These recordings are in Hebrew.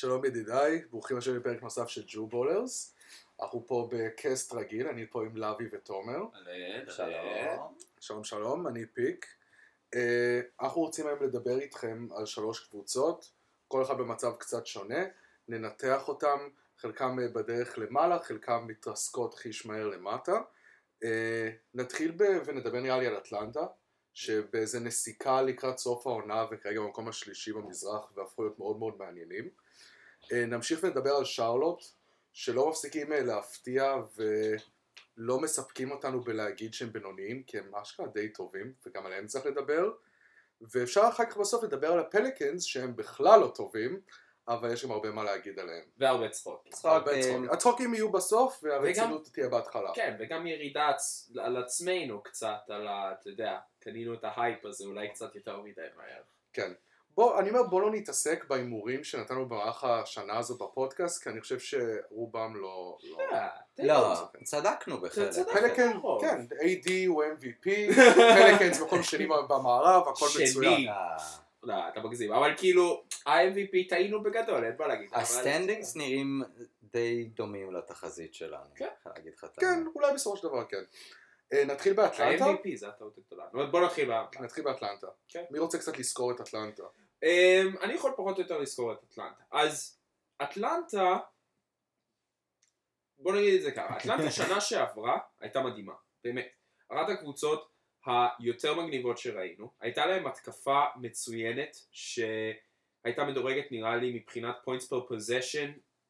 שלום ידידיי, ברוכים השבים בפרק נוסף של ג'ו בולרס. אנחנו פה בקאסט רגיל, אני פה עם לוי ותומר. שלום. שלום שלום, אני פיק. אנחנו רוצים היום לדבר איתכם על 3 קבוצות, כל אחד במצב קצת שונה, ננתח אותם, חלקם בדרך למעלה, חלקם מתרסקות חיש מהר למטה. נתחיל ונדבר נראה לי על אטלנטה, שבאיזה נסיקה לקראת סוף העונה וכרגע במקום השלישי במזרח והפכו להיות מאוד מאוד מעניינים. נמשיך ונדבר על שרלוט, שלא מפסיקים להפתיע ולא מספקים אותנו בלהגיד שהם בינוניים, כי הם אשכרה די טובים, וגם עליהם צריך לדבר. ואפשר אחר כך בסוף לדבר על הפליקנס, שהם בכלל לא טובים, אבל יש גם הרבה מה להגיד עליהם. והרבה צחוק. הצחוקים יהיו בסוף, והרצינות תהיה בהתחלה. כן, וגם ירידה על עצמנו קצת, אתה יודע, קנינו את ההייפ הזה אולי קצת יותר מדי מהר. כן. אני אומר, בוא לא נתעסק בהימורים שנתנו במהלך השנה הזו בפודקאסט, כי אני חושב שרובם לא... לא, צדקנו בחלק. פליקנס, כן, AD הוא MVP, פליקנס מקום שני במערב, הכל מצוין. לא, אתה מגזים, אבל כאילו, ה-MVP טעינו בגדול, אין מה להגיד. הסטנדינגס נראים די דומים לתחזית שלנו. כן, אולי בסופו של דבר כן. נתחיל באטלנטה. ה-MVP זה הטעות הגדולה. בוא נתחיל באטלנטה. מי רוצה קצת לזכור את אטלנטה? אני יכול פחות או יותר לזכור את אטלנטה. אז אטלנטה, בוא נגיד את זה ככה, אטלנטה שנה שעברה הייתה מדהימה, באמת. אחת הקבוצות היותר מגניבות שראינו, הייתה להם התקפה מצוינת שהייתה מדורגת נראה לי מבחינת points per possession,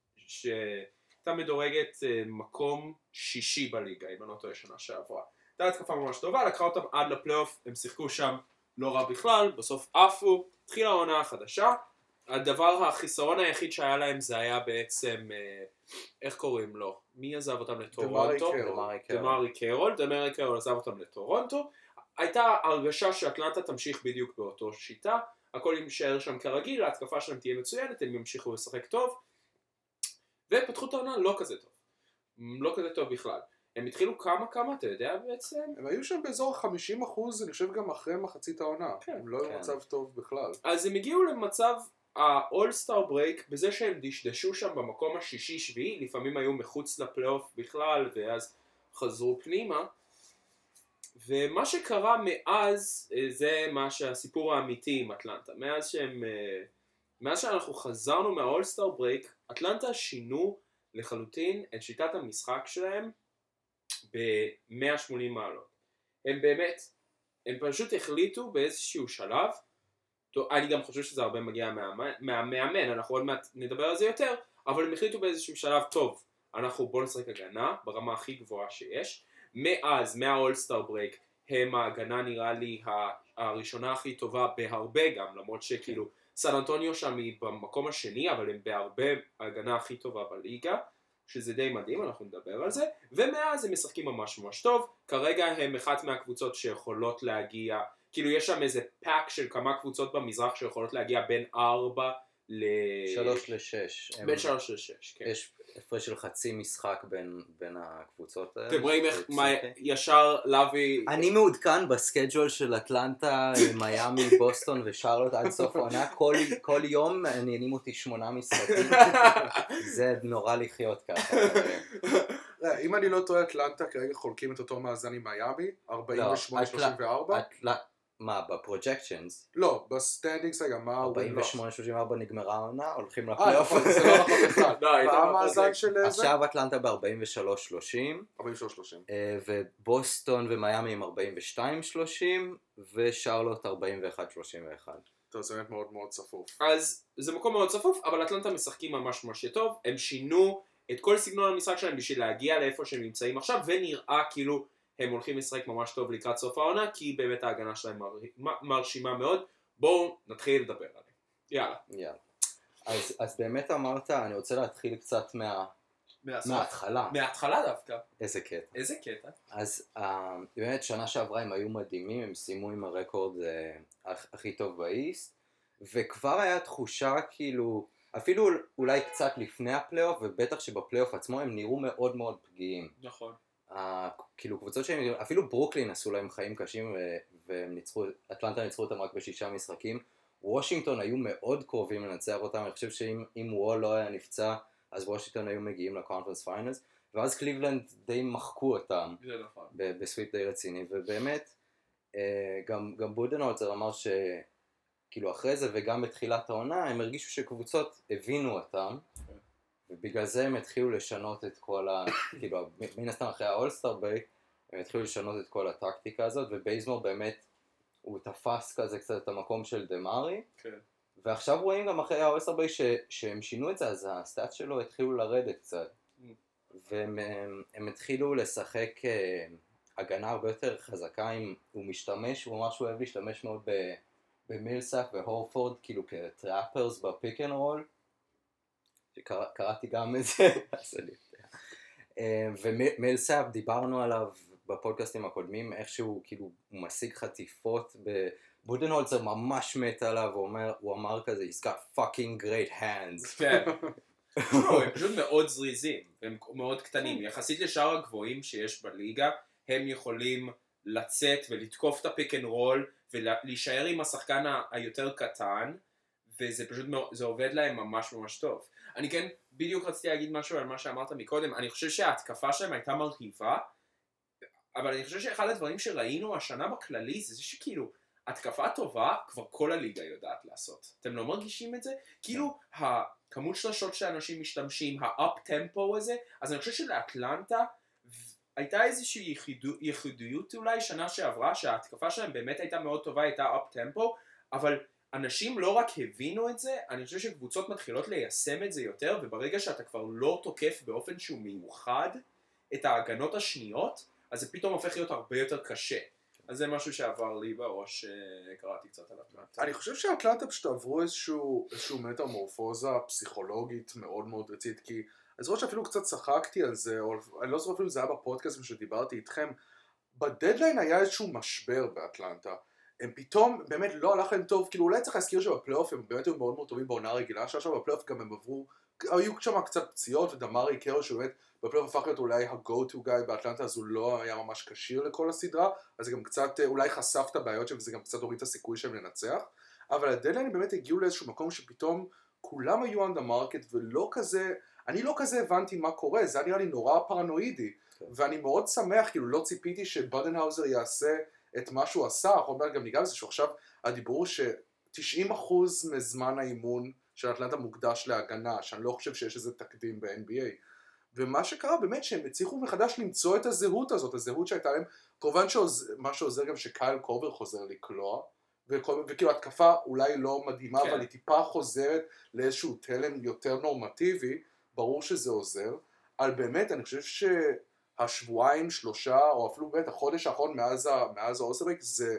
שהייתה מדורגת מקום 6 בליגה, אם אני לא טועה שנה שעברה. הייתה התקפה ממש טובה, לקחה אותם עד לפלייאוף, הם שיחקו שם לא רע בכלל, בסוף עפו, התחילה העונה החדשה. החיסרון היחיד שהיה להם זה היה בעצם, איך קוראים לו? מי עזב אותם לטורונטו? דמרי קרול עזב אותם לטורונטו. הייתה הרגשה שאטלנטה תמשיך בדיוק באותו שיטה, הכל יישאר שם כרגיל, ההתקפה שלהם תהיה מצוינת, הם ימשיכו לשחק טוב, ופתחו את העונה לא כזה טוב. לא כזה טוב בכלל. הם התחילו כמה, אתה יודע בעצם? הם היו שם באזור 50%, אני חושב גם אחרי מחצית העונה. הם לא היו במצב טוב בכלל. אז הם הגיעו למצב ה-All-Star Break, בזה שהם דשדשו שם במקום השישי-שביעי, לפעמים היו מחוץ לפלייאוף בכלל, ואז חזרו פנימה. ומה שקרה מאז, זה הסיפור האמיתי עם אטלנטה. מאז שאנחנו חזרנו מה-All-Star Break, אטלנטה שינו לחלוטין את שיטת המשחק שלהם ב-180 מעלות. הם פשוט החליטו באיזשהו שלב, אני גם חושב שזה הרבה מגיע מהמאמן, אנחנו עוד מעט נדבר על זה יותר, אבל הם החליטו באיזשהו שלב, טוב, בוא נשחק הגנה ברמה הכי גבוהה שיש. מאז, מה-All-Star Break, הם ההגנה נראה לי הראשונה הכי טובה בהרבה גם, למרות שכאילו סן אנטוניו שם היא במקום השני, אבל הם בהרבה ההגנה הכי טובה בליגה, שזה די מדהים, אנחנו נדבר על זה, ומאז הם משחקים ממש ממש טוב. כרגע הם אחת מהקבוצות שיכולות להגיע, כאילו יש שם איזה פאק של כמה קבוצות במזרח שיכולות להגיע בין 4 3 ל-6. בין 3 ל-6, כן. יש הפרש של חצי משחק בין הקבוצות האלה. אתם רואים איך ישר לוי... אני מעודכן בסקייג'ול של אטלנטה, מיאמי, בוסטון ושרלוט עד סוף העונה. כל יום מעניינים אותי 8 משחקים. זה נורא לחיות ככה. אם אני לא טועה, אטלנטה כרגע חולקים את אותו מאזן עם מיאמי, 48-34. מה, בפרוג'קשנס? לא, בסטנדינגס רגע, מה... 48-34 נגמרה העונה, הולכים לפלייאוף. נכון, זה לא נכון בכלל. מה המאזן של זה? עכשיו אטלנטה ב-43-30. 43-30. ובוסטון ומיאמי עם 42-30, ושרלוט 41-31. טוב, זה באמת מאוד מאוד צפוף. אז זה מקום מאוד צפוף, אבל אטלנטה משחקים ממש ממש טוב. הם שינו את כל סגנון המשחק שלהם בשביל להגיע לאיפה שהם נמצאים עכשיו, ונראה כאילו הם הולכים לשחק ממש טוב לקראת סוף העונה, כי באמת ההגנה שלהם מרשימה מאוד. בואו נתחיל לדבר עליהם. יאללה. אז באמת אמרת, אני רוצה להתחיל קצת מההתחלה. מההתחלה דווקא. איזה קטע. אז באמת שנה שעברה הם היו מדהימים, הם סיימו עם הרקורד הכי טוב באיסט, וכבר היה תחושה כאילו, אפילו אולי קצת לפני הפלייאוף, ובטח שבפלייאוף עצמו הם נראו מאוד מאוד פגיעים. נכון. כאילו קבוצות שהם, אפילו ברוקלין עשו להם חיים קשים, ואטלנטה ניצחו אותם רק ב6 משחקים. וושינגטון היו מאוד קרובים לנצח אותם, אני חושב שאם וול לא היה נפצע, אז וושינגטון היו מגיעים לקונפרנס פיינלס, ואז קליבלנד די מחקו אותם בסוויפ די רציני, ובאמת, גם בודנהולצר אמר שכאילו אחרי זה וגם בתחילת העונה, הם הרגישו שקבוצות הבינו אותם, ובגלל זה הם התחילו לשנות את כל כאילו, מן הסתם אחרי האולסטאר ברייק, הם התחילו לשנות את כל הטקטיקה הזאת, ובייזמור באמת, הוא תפס כזה קצת את המקום של דמרי, כן. ועכשיו רואים גם אחרי האולסטאר ברייק שהם שינו את זה, אז הסטאט שלו התחילו לרדת קצת, והם התחילו לשחק הגנה הרבה יותר חזקה, הוא משתמש, הוא אמר שהוא אוהב להשתמש מאוד במילסאפ והורפורד, כאילו כטראפרס בפיק אנד רול, שקראתי גם את זה, אז אני יודע. ומילסאפ, דיברנו עליו בפודקאסטים הקודמים, איכשהו כאילו הוא משיג חטיפות, בודנהולצר ממש מת עליו, הוא אמר כזה, he's got fucking great hands. כן. הם פשוט מאוד זריזים, הם מאוד קטנים, יחסית לשאר הגבוהים שיש בליגה, הם יכולים לצאת ולתקוף את הפיק אנד רול, ולהישאר עם השחקן היותר קטן, וזה פשוט, זה עובד להם ממש ממש טוב. אני כן, בדיוק רציתי להגיד משהו על מה שאמרת מקודם, אני חושב שההתקפה שלהם הייתה מרחיבה, אבל אני חושב שאחד הדברים שראינו השנה בכללי, זה שכאילו, התקפה טובה כבר כל הליגה יודעת לעשות. אתם לא מרגישים את זה? כאילו, הכמות שלשות שאנשים משתמשים, האפ-טמפו הזה, אז אני חושב שלאטלנטה הייתה איזושהי ייחודיות אולי שנה שעברה, שההתקפה שלהם באמת הייתה מאוד טובה, הייתה אפ-טמפו, אבל אנשים לא רק הבינו את זה, אני חושב שקבוצות מתחילות ליישם את זה יותר, וברגע שאתה כבר לא תוקף באופן שהוא מיוחד את ההגנות השניות, אז זה פתאום הופך להיות הרבה יותר קשה. אז זה משהו שעבר לי בראש, קראתי קצת על אטלנטה. אני חושב שהאטלנטה פשוט עברו איזשהו מטמורפוזה פסיכולוגית מאוד מאוד רצית, כי אני זוכר שאפילו קצת צחקתי על זה, או אני לא זוכר אפילו זה היה בפודקאסט שדיברתי איתכם, בדדליין היה איזשהו משבר באטלנטה. הם פתאום באמת לא הלך להם טוב, כאילו אולי צריך להזכיר שבפלייאוף הם באמת היו מאוד מאוד טובים בעונה הרגילה, שעכשיו בפלייאוף גם הם עברו, היו שם קצת פציעות, ודמרי קרו שבאמת בפלייאוף הפך להיות אולי ה-go to guy באטלנטה, אז הוא לא היה ממש כשיר לכל הסדרה, אז זה גם קצת אולי חשף את הבעיות שלהם, וזה גם קצת הוריד את הסיכוי שלהם לנצח, אבל הדדליינים באמת הגיעו לאיזשהו מקום שפתאום כולם היו on the market, ולא כזה, אני לא כזה הבנתי מה קורה, זה היה נראה לי נורא פרנואידי, ואני מאוד שמח, כאילו לא ציפיתי שבודנהאוזר יעשה את מה שהוא עשה, עוד מעט גם ניגע בזה שעכשיו הדיבור ש90% מזמן האימון של אטלנטה מוקדש להגנה, שאני לא חושב שיש איזה תקדים ב-NBA. ומה שקרה באמת שהם הצליחו מחדש למצוא את הזהות הזאת, הזהות שהייתה להם, כמובן מה שעוזר גם שקייל קורבר חוזר לקלוע, וכאילו התקפה אולי לא מדהימה, כן. אבל היא טיפה חוזרת לאיזשהו תלם יותר נורמטיבי, ברור שזה עוזר, אבל באמת אני חושב שהשבועיים, שלושה, או אפילו באמת החודש האחרון מאז האוסטרבייק,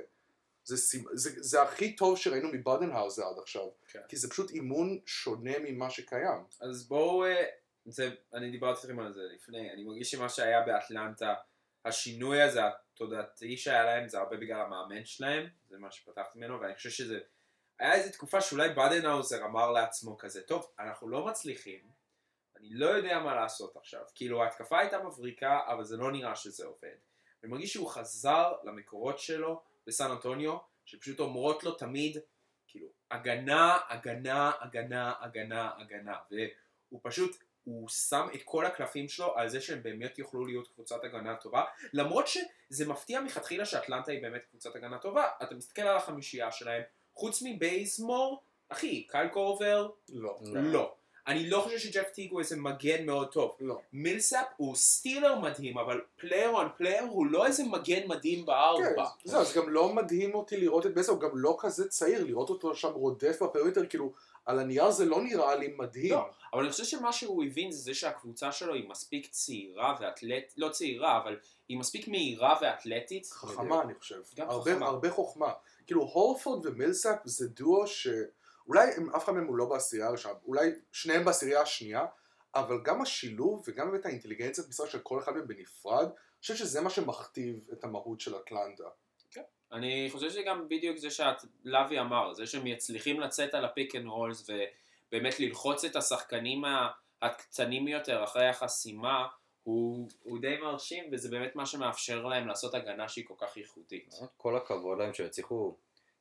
זה הכי טוב שראינו מבודנהאוזר עד עכשיו, כן. כי זה פשוט אימון שונה ממה שקיים. אז בואו, אני דיברתי איתכם על זה לפני, אני מרגיש שמה שהיה באטלנטה, השינוי הזה התודעתי שהיה להם, זה הרבה בגלל המאמן שלהם, זה מה שפתחתי ממנו, ואני חושב שזה, היה איזו תקופה שאולי בודנהאוזר אמר לעצמו כזה, טוב, אנחנו לא מצליחים, אני לא יודע מה לעשות עכשיו, כאילו ההתקפה הייתה מבריקה, אבל זה לא נראה שזה עובד. אני מרגיש שהוא חזר למקורות שלו בסן אנטוניו, שפשוט אומרות לו תמיד, כאילו, הגנה, הגנה, הגנה, הגנה, הגנה, והוא פשוט, הוא שם את כל הקלפים שלו על זה שהם באמת יוכלו להיות קבוצת הגנה טובה, למרות שזה מפתיע מלכתחילה שאטלנטה היא באמת קבוצת הגנה טובה, אתה מסתכל על החמישייה שלהם, חוץ מבייזמור, אחי, קייל קורבר, לא. אני לא חושב שג'ף טיג הוא איזה מגן מאוד טוב. לא. מילסאפ הוא סטילר מדהים, אבל פלייר און פלייר הוא לא איזה מגן מדהים בארבע. כן, זה גם לא מדהים אותי לראות את בייזמור, הוא גם לא כזה צעיר, לראות אותו שם רודף בפרימטר, כאילו, על הנייר זה לא נראה לי מדהים. לא, אבל אני חושב שמה שהוא הבין זה שהקבוצה שלו היא מספיק צעירה ואתלטית, לא צעירה, אבל היא מספיק מהירה ואתלטית. חכמה אני חושב. הרבה חוכמה. כאילו, הורפורד ומילסאפ זה דואו ש... אולי אף אחד מהם הוא לא בעשירייה הראשונה, אולי שניהם בעשירייה השנייה, אבל גם השילוב וגם באמת האינטליגנציה במשחק של כל אחד מהם בנפרד, אני חושב שזה מה שמכתיב את המהות של אטלנטה. כן. אני חושב שגם בדיוק זה שלוי אמר, זה שהם מצליחים לצאת על הפיק אנד רולס ובאמת ללחוץ את השחקנים הקטנים יותר אחרי החסימה, הוא די מרשים, וזה באמת מה שמאפשר להם לעשות הגנה שהיא כל כך ייחודית. כל הכבוד להם שהצליחו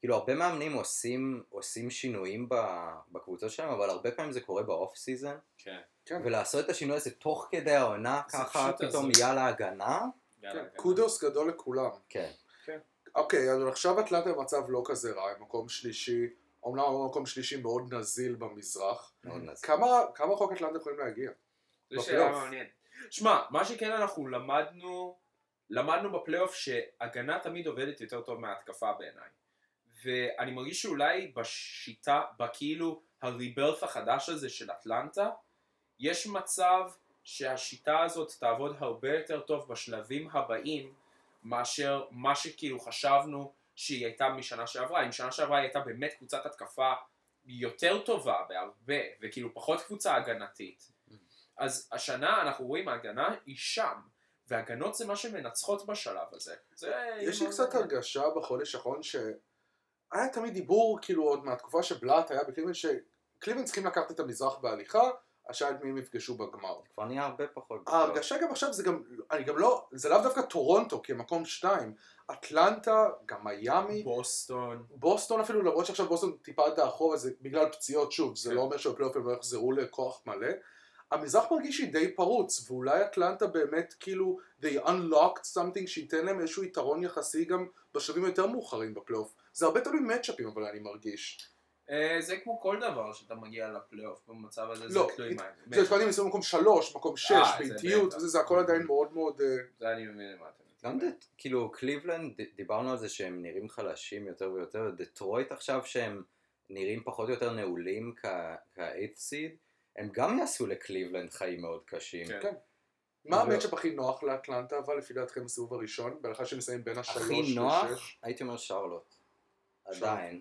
כאילו הרבה מאמנים עושים שינויים בקבוצות שלהם, אבל הרבה פעמים זה קורה באוף סיזן, כן. ולעשות את השינוי הזה תוך כדי העונה, ככה פתאום יאללה הגנה. קודוס גדול לכולם. כן. אוקיי, אז עכשיו אטלנטה במצב לא כזה רע, מקום שלישי, אומנם מקום שלישי מאוד נזיל במזרח. כמה רחוק אטלנטה יכולים להגיע? זה שאלה מעניינת. שמע, מה שכן אנחנו למדנו בפלייאוף שהגנה תמיד עובדת יותר טוב מההתקפה בעיניי. ואני מרגיש שאולי בשיטה, בכאילו הריברף החדש הזה של אטלנטה, יש מצב שהשיטה הזאת תעבוד הרבה יותר טוב בשלבים הבאים, מאשר מה שכאילו חשבנו שהיא הייתה משנה שעברה. אם שנה שעברה היא הייתה באמת קבוצת התקפה יותר טובה בהרבה, וכאילו פחות קבוצה הגנתית. אז השנה אנחנו רואים ההגנה היא שם, והגנות זה מה שמנצחות בשלב הזה. יש לי קצת הרגשה בחודש האחרון שהיה תמיד דיבור כאילו עוד מהתקופה שבלאט היה בקליבלנד שקליבלנד צריכים לקחת את המזרח בהליכה, השאלה את מי הם יפגשו בגמר. כבר נהיה הרבה פחות. ההרגשה גם עכשיו זה לאו דווקא טורונטו כמקום 2, אטלנטה, גם מיאמי, בוסטון אפילו, למרות שעכשיו בוסטון טיפה דאחור, זה בגלל פציעות שוב, זה לא אומר שבפלייאוף הם לא יחזרו לכוח מלא. המזרח מרגיש שהיא די פרוץ, ואולי אטלנטה באמת כאילו they unlocked something שייתן להם איזשהו יתרון יחסי גם בשלבים יותר מאוחרים בפלייאוף. זה הרבה תלוי מצ'אפים, אבל אני מרגיש. זה כמו כל דבר שאתה מגיע לפלייאוף במצב הזה, זה תלוי מה. זה תקודים מסוים מקום 3, מקום 6, באיטיות, זה הכל עדיין מאוד מאוד... זה אני מבין מה אתם גם כאילו קליבלנד, דיברנו על זה שהם נראים חלשים יותר ויותר, דטרויט עכשיו שהם נראים פחות או יותר נעולים כ-8th seed, הם גם יעשו לקליבלנד חיים מאוד קשים. כן. מה המצ'אפ הכי נוח לאטלנטה, אבל לפי דעתכם בסיבוב הראשון, בהלכה שנסיים בין ה-3 ל-6? הכי נוח? הייתי אומר שרלוט. עדיין.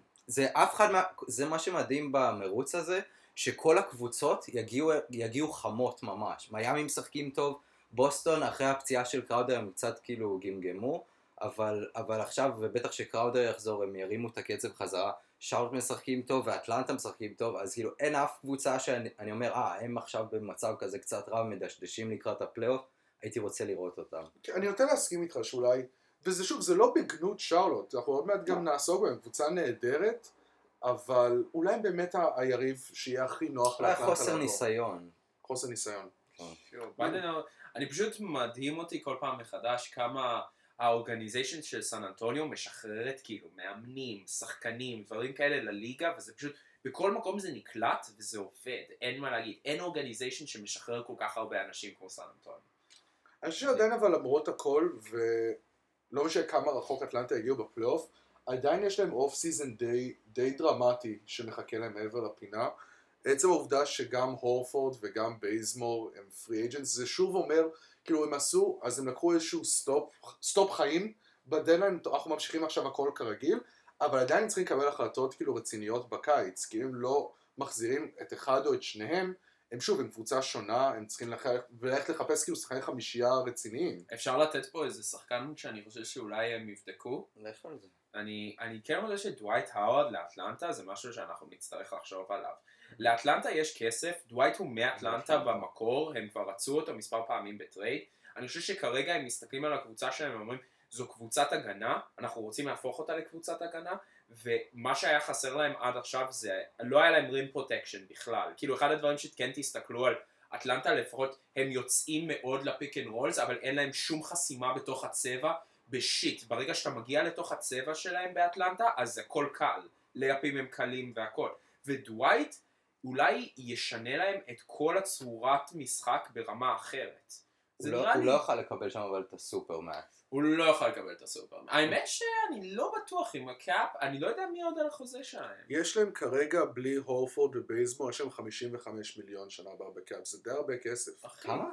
זה מה שמדהים במרוץ הזה, שכל הקבוצות יגיעו חמות ממש. מיאמי משחקים טוב, בוסטון אחרי הפציעה של קראודר הם קצת כאילו גמגמו, אבל עכשיו, ובטח שקראודר יחזור, הם ירימו את הקצב חזרה. שרלוט משחקים טוב ואטלנטה משחקים טוב, אז כאילו אין אף קבוצה שאני אומר, הם עכשיו במצב כזה קצת רב, מדשדשים לקראת הפלייאוף, הייתי רוצה לראות אותם. אני רוצה להסכים איתך שאולי, וזה שוב, זה לא בגנות שרלוט, אנחנו עוד מעט גם נעסוק בהם, קבוצה נהדרת, אבל אולי באמת היריב שיהיה הכי נוח לאטלנטה. חוסר ניסיון. חוסר ניסיון. אני פשוט מדהים אותי כל פעם מחדש כמה האורגניזיישן של סן אנטוניו משחררת כאילו מאמנים, שחקנים, דברים כאלה לליגה, וזה פשוט, בכל מקום זה נקלט וזה עובד, אין מה להגיד, אין אורגניזיישן שמשחרר כל כך הרבה אנשים כמו סן אנטוניו. אני חושב שעדיין אבל למרות הכל, ולא משנה כמה רחוק אטלנטה הגיעו בפלייאוף, עדיין יש להם אוף סיזן די דרמטי שמחכה להם מעבר לפינה. עצם העובדה שגם הורפורד וגם בייזמור הם פרי אג'נטס, זה שוב אומר, כאילו הם עשו, אז הם לקחו איזשהו סטופ חיים, בדדליין אנחנו ממשיכים עכשיו הכל כרגיל, אבל עדיין צריכים לקבל החלטות כאילו רציניות בקיץ, כי אם לא מחזירים את אחד או את שניהם, הם שוב, הם קבוצה שונה, הם צריכים ללכת לחפש כאילו שחקני חמישייה רציניים. אפשר לתת פה איזה שחקן שאני חושב שאולי הם יבדקו. לך על זה. אני כן חושב שדווייט האוורד לאטלנטה זה משהו שאנחנו נצטרך לחשוב עליו. לאטלנטה יש כסף, דווייט הוא מאטלנטה במקור, הם כבר רצו אותו מספר פעמים בטרייד. אני חושב שכרגע הם מסתכלים על הקבוצה שלהם ואומרים, זו קבוצת הגנה, אנחנו רוצים להפוך אותה לקבוצת הגנה, ומה שהיה חסר להם עד עכשיו זה, לא היה להם רים פרוטקשן בכלל. כאילו אחד הדברים שכן תסתכלו על אטלנטה, לפחות הם יוצאים מאוד לפיק אנד רולס, אבל אין להם שום חסימה בתוך הצבע, בשיט. ברגע שאתה מגיע לתוך הצבע שלהם באטלנטה, אז הכל קל. ליפים הם קלים והכל. ודווייט אולי ישנה להם את כל הצורת משחק ברמה אחרת. הוא לא יוכל לקבל שם אבל את הסופרמט. הוא לא יוכל לקבל את הסופרמט. האמת שאני לא בטוח עם הקאפ, אני לא יודע מי עוד על החוזה שלהם. יש להם כרגע בלי הורפורד ובייזמור, יש להם 55 מיליון שנה הבאה בקאפ, זה די הרבה כסף. כמה?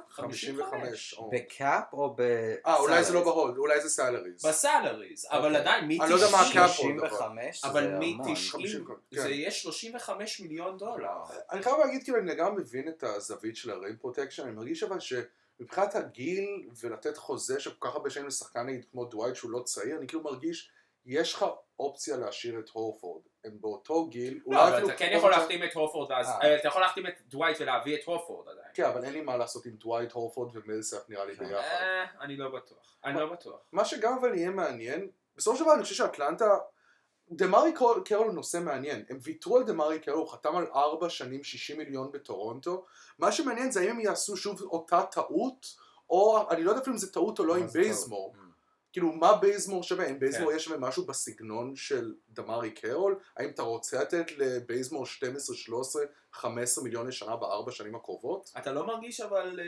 55. בקאפ או בסלריז? אולי זה לא בהולד, אולי זה סלריז. בסלריז, אבל עדיין מי 90... אני לא יודע מה הקאפ הולד. 35 אבל מי 90... זה יהיה 35 מיליון דולר. אני חייב להגיד, כאילו, אני גם מבין את הזווית של הרים פרוטקשן, אני מרגיש אבל מבחינת הגיל ולתת חוזה שכל כך הרבה שנים לשחקן נגיד כמו דווייט שהוא לא צעיר, אני כאילו מרגיש, יש לך אופציה להשאיר את הורפורד, הם באותו גיל, לא, אבל אתה כן יכול להחתים את הורפורד, אתה יכול להחתים את דווייט ולהביא את הורפורד עדיין. כן, אבל אין לי מה לעשות עם דווייט, הורפורד ומילסאפ נראה לי ביחד. אני לא בטוח, מה שגם אבל יהיה מעניין, בסופו של דבר אני חושב שאטלנטה, דמרי קרול הוא נושא מעניין, הם ויתרו על דמרי קרול, הוא חתם על 4 שנים 60 מיליון בטורונטו, מה שמעניין זה האם הם יעשו שוב אותה טעות, או אני לא יודע אפילו אם זה טעות או לא עם בייזמור, כאילו מה בייזמור שווה, אם בייזמור יש שווה משהו בסגנון של דמרי קרול, האם אתה רוצה לתת לבייזמור 12, 13, 15 מיליון לשנה ב4 שנים הקרובות? אתה לא מרגיש אבל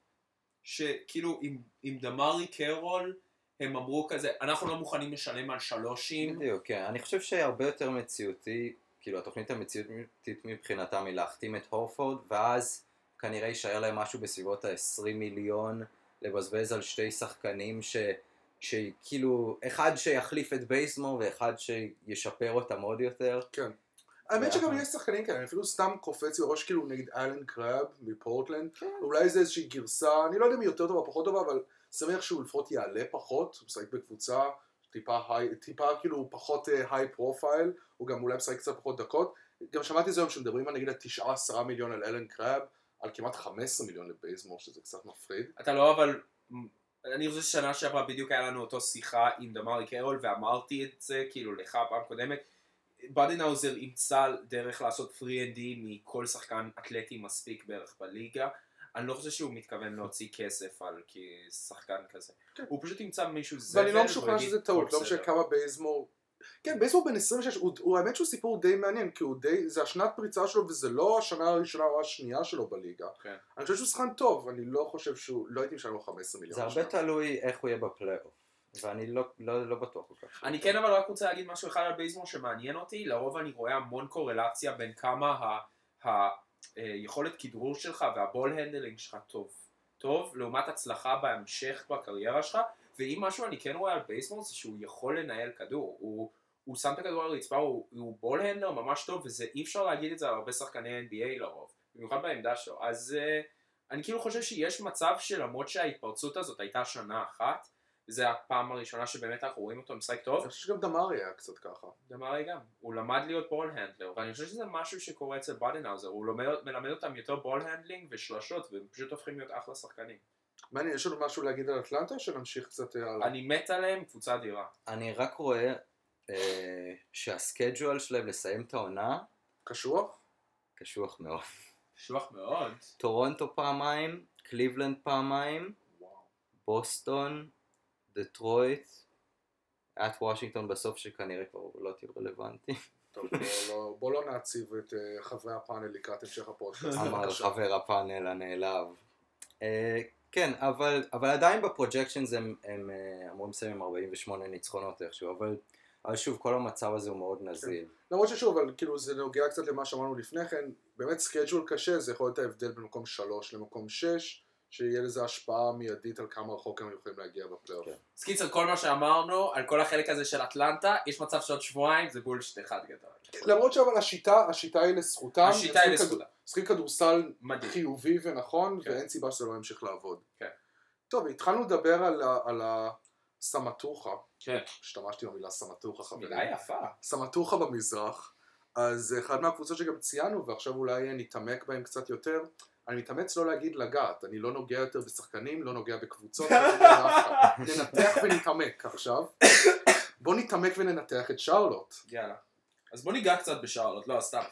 שכאילו עם דמרי קרול הם אמרו כזה, אנחנו לא מוכנים לשלם על 3. בדיוק, כן. אני חושב שהרבה יותר מציאותי, כאילו התוכנית המציאותית מבחינתם היא להחתים את הורפורד, ואז כנראה יישאר להם משהו בסביבות ה-20 מיליון לבזבז על 2 שחקנים שכאילו, אחד שיחליף את בייזמור ואחד שישפר אותם עוד יותר. כן. האמת שגם יש שחקנים כאלה, אני אפילו סתם קופץ לי ראש כאילו נגד אלן קראב מפורטלנד, אולי זה איזושהי גרסה, אני לא יודע אם היא יותר טובה או פחות טובה, אבל שמח שהוא לפחות יעלה פחות, הוא משחק בקבוצה טיפה כאילו פחות היי פרופייל, הוא גם אולי משחק קצת פחות דקות, גם שמעתי זה היום שמדברים על נגיד 9-10 מיליון על אלן קראב, על כמעט 15 מיליון לבייזמור, שזה קצת מפחיד. אתה לא, אבל אני חושב ששנה שעברה בדיוק היה לנו אותו שיחה עם דמרי קרול, ואמרתי את זה כאילו לך פעם קודמת, בדנהאוזר ימצא דרך לעשות 3&D מכל שחקן אתלטי מספיק בערך בליגה. אני לא חושב שהוא מתכוון להוציא כסף על כשחקן כזה. הוא פשוט ימצא מישהו זבל. ואני לא משוכנע שזה טעות, לא משנה כמה בייזמור. כן, בייזמור בן 26, הוא האמת שהוא סיפור די מעניין, כי זה השנת פריצה שלו וזה לא השנה הראשונה או השנייה שלו בליגה. אני חושב שהוא שחקן טוב, אני לא חושב שהוא, לא הייתי משלם לו 15 מיליון. זה הרבה תלוי איך הוא יהיה בפלייאוף. ואני לא בטוח כל כך. אני כן אבל רק רוצה להגיד משהו אחד על בייזמור שמעניין אותי, לרוב אני רואה המון קורלציה בין כמה היכולת כדרור שלך והבול הנדלינג שלך טוב, לעומת הצלחה בהמשך בקריירה שלך, ואם משהו אני כן רואה על בייזמור זה שהוא יכול לנהל כדור, הוא שם את הכדור על הרצפה, הוא בול הנדלר ממש טוב, וזה אי אפשר להגיד את זה על הרבה שחקני NBA לרוב, במיוחד בעמדה שלו, אז אני כאילו חושב שיש מצב שלמרות שההתפרצות הזאת הייתה שנה אחת, וזה הפעם הראשונה שבאמת אנחנו רואים אותו משחק טוב. אני חושב שגם דמרי היה קצת ככה. דמרי גם. הוא למד להיות בול הנדלר, ואני חושב שזה משהו שקורה אצל בדנהאוזר. הוא מלמד אותם יותר בול הנדלינג ושלשות, והם פשוט הופכים להיות אחלה שחקנים. מעניין, יש לנו משהו להגיד על אטלנטה, או שנמשיך קצת הלאה? אני מת עליהם, קבוצה אדירה. אני רק רואה שהסקייג'ואל שלהם לסיים את העונה... קשוח? קשוח מאוד. קשוח מאוד. טורונטו פעמיים, קליבלנד פעמיים, בוסטון, דטרויט, את וושינגטון בסוף שכנראה כבר לא תהיה רלוונטי. טוב, בוא לא נעציב את חברי הפאנל לקראת המשך הפודקאסט. אמר חבר הפאנל הנעלב. כן, אבל עדיין בפרוג'קשנס הם אמורים לסיים עם 48 ניצחונות איכשהו, אבל שוב, כל המצב הזה הוא מאוד נזיל. למרות ששוב, אבל כאילו זה נוגע קצת למה שאמרנו לפני כן, באמת סקייג'ול קשה, זה יכול להיות ההבדל בין מקום 3 למקום 6, שיהיה לזה השפעה מיידית על כמה רחוק הם יכולים להגיע בפלייאוף. אז קיצר, כל מה שאמרנו, על כל החלק הזה של אטלנטה, יש מצב שעוד שבועיים, זה בולשיט אחד גדול. למרות שאבל השיטה היא לזכותם, השיטה היא לזכותם. צריכים כדורסל חיובי ונכון, ואין סיבה שזה לא ימשיך לעבוד. טוב, התחלנו לדבר על הסמטוחה, השתמשתי במילה סמטוחה חברים. מילה יפה. סמטוחה במזרח, אז אחד מהקבוצות שגם ציינו, ועכשיו אולי נתעמק בהם קצת יותר, אני מתאמץ לא להגיד לגעת, אני לא נוגע יותר בשחקנים, לא נוגע בקבוצות, לא נוגע באף ננתח ונתעמק עכשיו. בוא נתעמק וננתח את שרלוט. יאללה. אז בוא ניגע קצת בשרלוט, לא, סתם.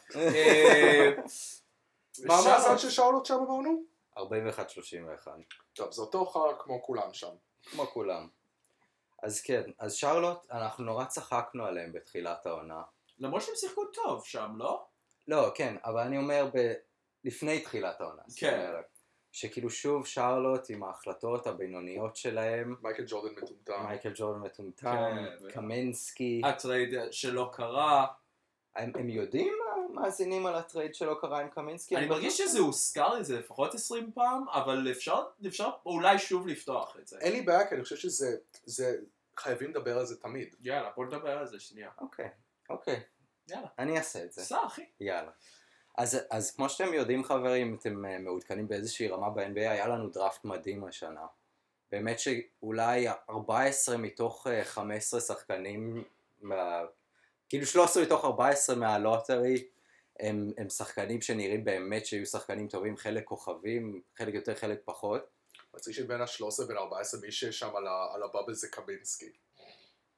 מה המאזן של שרלוט שם אמרנו? 41-31. טוב, זה אותו חר כמו כולם שם. כמו כולם. אז כן, אז שרלוט, אנחנו נורא צחקנו עליהם בתחילת העונה. למרות שהם שיחקו טוב שם, לא? לא, כן, אבל אני אומר לפני תחילת העונה. כן. שכאילו שוב שרלוט עם ההחלטות הבינוניות שלהם. מייקל ג'ורדן מטומטם. קמינסקי. הטרייד שלא קרה. הם יודעים מאזינים על הטרייד שלא קרה עם קמינסקי? אני מרגיש שזה הוזכר איזה לפחות 20 פעם, אבל אפשר אולי שוב לפתוח את זה. אין לי בעיה, כי אני חושב שזה חייבים לדבר על זה תמיד. יאללה, בוא נדבר על זה שנייה. אוקיי. יאללה. אני אעשה את זה. סע, אחי. יאללה. אז כמו שאתם יודעים חברים, אתם מעודכנים באיזושהי רמה ב-NBA, היה לנו דראפט מדהים השנה. באמת שאולי 14 מתוך 15 שחקנים, כאילו 13 מתוך 14 מהלוטרי, הם שחקנים שנראים באמת שיהיו שחקנים טובים, חלק כוכבים, חלק יותר, חלק פחות. מצליח שבין ה-13 בין 14 מי ששם על הבאבל זה קמינסקי. כן,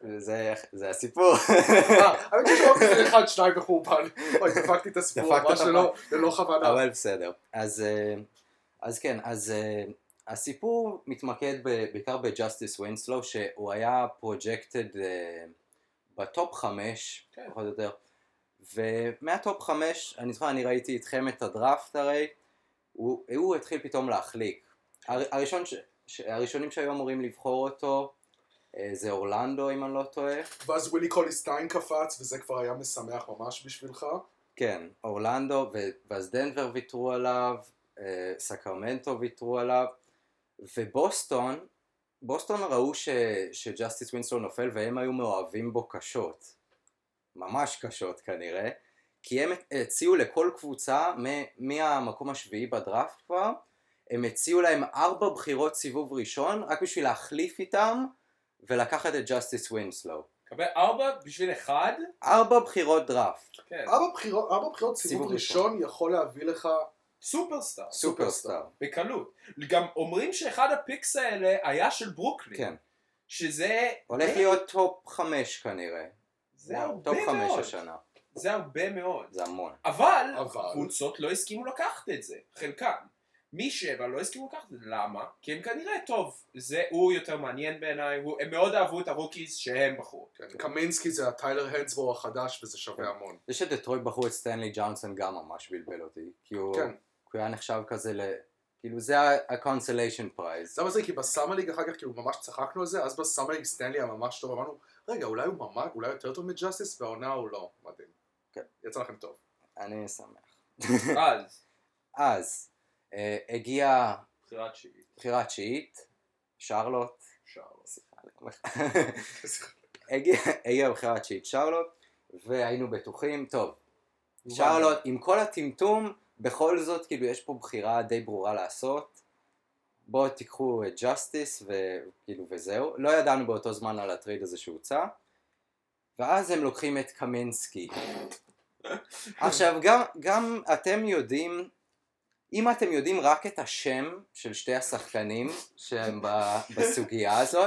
זה הסיפור. האמת שיש עוד כזה אחד, שניים בחורבן. אוי, דפקתי את הסיפור, ממש ללא כוונה. אבל בסדר. אז כן, אז הסיפור מתמקד בעיקר בג'סטיס ווינסלו, שהוא היה פרוג'קטד בטופ 5, פחות או יותר. ומהטופ 5, אני זוכר, אני ראיתי איתכם את הדראפט הרי, הוא התחיל פתאום להחליק. הראשונים שהיו אמורים לבחור אותו, זה אורלנדו אם אני לא טועה. ואז ווילי קוליסטיין קפץ, וזה כבר היה משמח ממש בשבילך. כן, אורלנדו, ואז דנבר ויתרו עליו, סקרמנטו ויתרו עליו, ובוסטון ראו שג'סטיס ווינסלו נופל, והם היו מאוהבים בו קשות. ממש קשות כנראה, כי הם הציעו לכל קבוצה, מהמקום השביעי בדראפט כבר, הם הציעו להם 4 בחירות סיבוב ראשון, רק בשביל להחליף איתם, ולקחת את ג'סטיס ווינסלו. קבל 4 בשביל 1? 4 בחירות דראפט. כן. 4 בחירות סיבוב ראשון יכול להביא לך סופרסטאר. בקלות. גם אומרים שאחד הפיקס האלה היה של ברוקלין. כן. שזה... הולך להיות טופ 5 כנראה. זה הרבה טופ 5 מאוד. השנה. זה הרבה מאוד. זה המון. אבל קבוצות לא הסכימו לקחת את זה. חלקם. מ7 לא הסכימו לקחת את זה. למה? כי הם כנראה טוב. הוא יותר מעניין בעיניי. הם מאוד אהבו את הרוקיז שהם בחרו. קמינסקי זה הטיילר הנדסבור החדש וזה שווה המון. זה שדטרויט בחרו את סטנלי ג'ונסון גם ממש בלבל אותי. כי הוא היה נחשב כזה כאילו זה ה-consolation prize. זה מזה, כי בסאמר ליג אחר כך כאילו ממש צחקנו על זה, אז בסאמר ליג סטנלי היה ממש טוב, אמרנו, רגע, אולי יותר טוב מג'סטיס, והעונה הוא לא, מדהים. כן. יצא לכם טוב. אני שמח. אז. הגיעה בחירה תשיעית. שרלוט. הגיעה בחירה תשיעית שרלוט, והיינו בטוחים, טוב, שרלוט עם כל הטמטום, בכל זאת כאילו יש פה בחירה די ברורה לעשות, בואו תיקחו את ג'סטיס וכאילו וזהו, לא ידענו באותו זמן על הטרייד הזה שהוצא, ואז הם לוקחים את קמינסקי. עכשיו גם אתם יודעים, אם אתם יודעים רק את השם של שתי השחקנים שהם בסוגיה הזאת,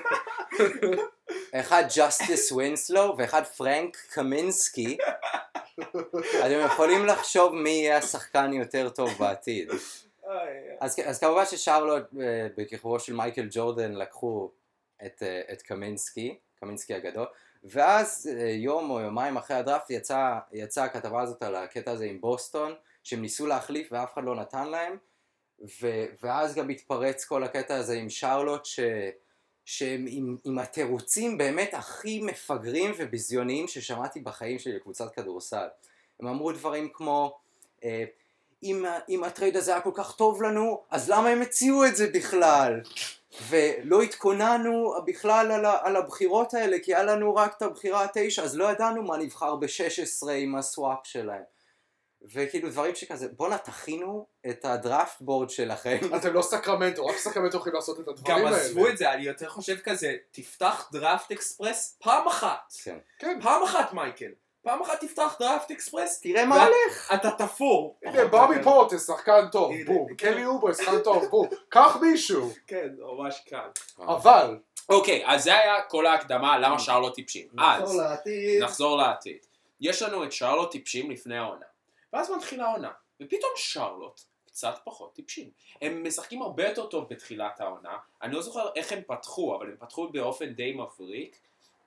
אחד ג'סטיס ווינסלו ואחד פרנק קמינסקי, אתם יכולים לחשוב מי יהיה השחקן יותר טוב בעתיד. אז כמובן ששרלוט בכיכובו של מייקל ג'ורדן לקחו את קמינסקי הגדול, ואז יום או יומיים אחרי הדראפט יצאה הכתבה הזאת על הקטע הזה עם בוסטון, שהם ניסו להחליף ואף אחד לא נתן להם, ואז גם התפרץ כל הקטע הזה עם שרלוט שהם עם התירוצים באמת הכי מפגרים וביזיוניים ששמעתי בחיים שלי לקבוצת כדורסל. הם אמרו דברים כמו, אם הטרייד הזה היה כל כך טוב לנו, אז למה הם הציעו את זה בכלל? ולא התכוננו בכלל על הבחירות האלה, כי היה לנו רק את הבחירה 9, אז לא ידענו מה נבחר ב-16 עם הסוואפ שלהם. וכאילו דברים שכזה, בוא תכינו את הדראפט בורד שלכם. אתם לא סקרמנטו, רק סקרמנטו יכולים לעשות את הדברים האלה. גם עזבו את זה, אני יותר חושב כזה, תפתח דראפט אקספרס פעם אחת. כן. פעם אחת מייקל. פעם אחת תפתח דראפט אקספרס. תראה מה הולך. אתה תפור. הנה בובי פורטס, שחקן טוב, בום. קלי אובר, שחקן טוב, בום. קח מישהו. כן, ממש קל. אבל. אוקיי, אז זה היה כל ההקדמה למה שרלוט טיפשים. נחזור לעתיד. יש לנו את שרלוט טיפשים לפני העונה. ואז מתחילה העונה, ופתאום שרלוט קצת פחות טיפשים. הם משחקים הרבה יותר טוב בתחילת העונה, אני לא זוכר איך הם פתחו, אבל הם פתחו באופן די מבריק,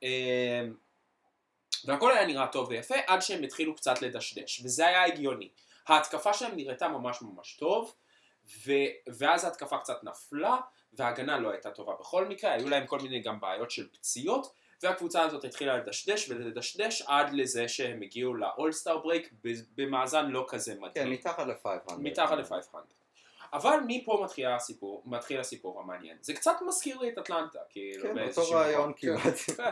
והכל היה נראה טוב ויפה, עד שהם התחילו קצת לדשדש, וזה היה הגיוני. ההתקפה שלהם נראתה ממש ממש טוב, ואז ההתקפה קצת נפלה, וההגנה לא הייתה טובה בכל מקרה, היו להם כל מיני גם בעיות של פציעות, והקבוצה הזאת התחילה לדשדש ולדשדש עד לזה שהם הגיעו לאולסטאר ברייק במאזן לא כזה מדהים. כן, מתחת ל-500. מתחת ל-500. אבל מפה מתחיל הסיפור המעניין. זה קצת מזכיר לי את אטלנטה. כן, אותו רעיון כמעט.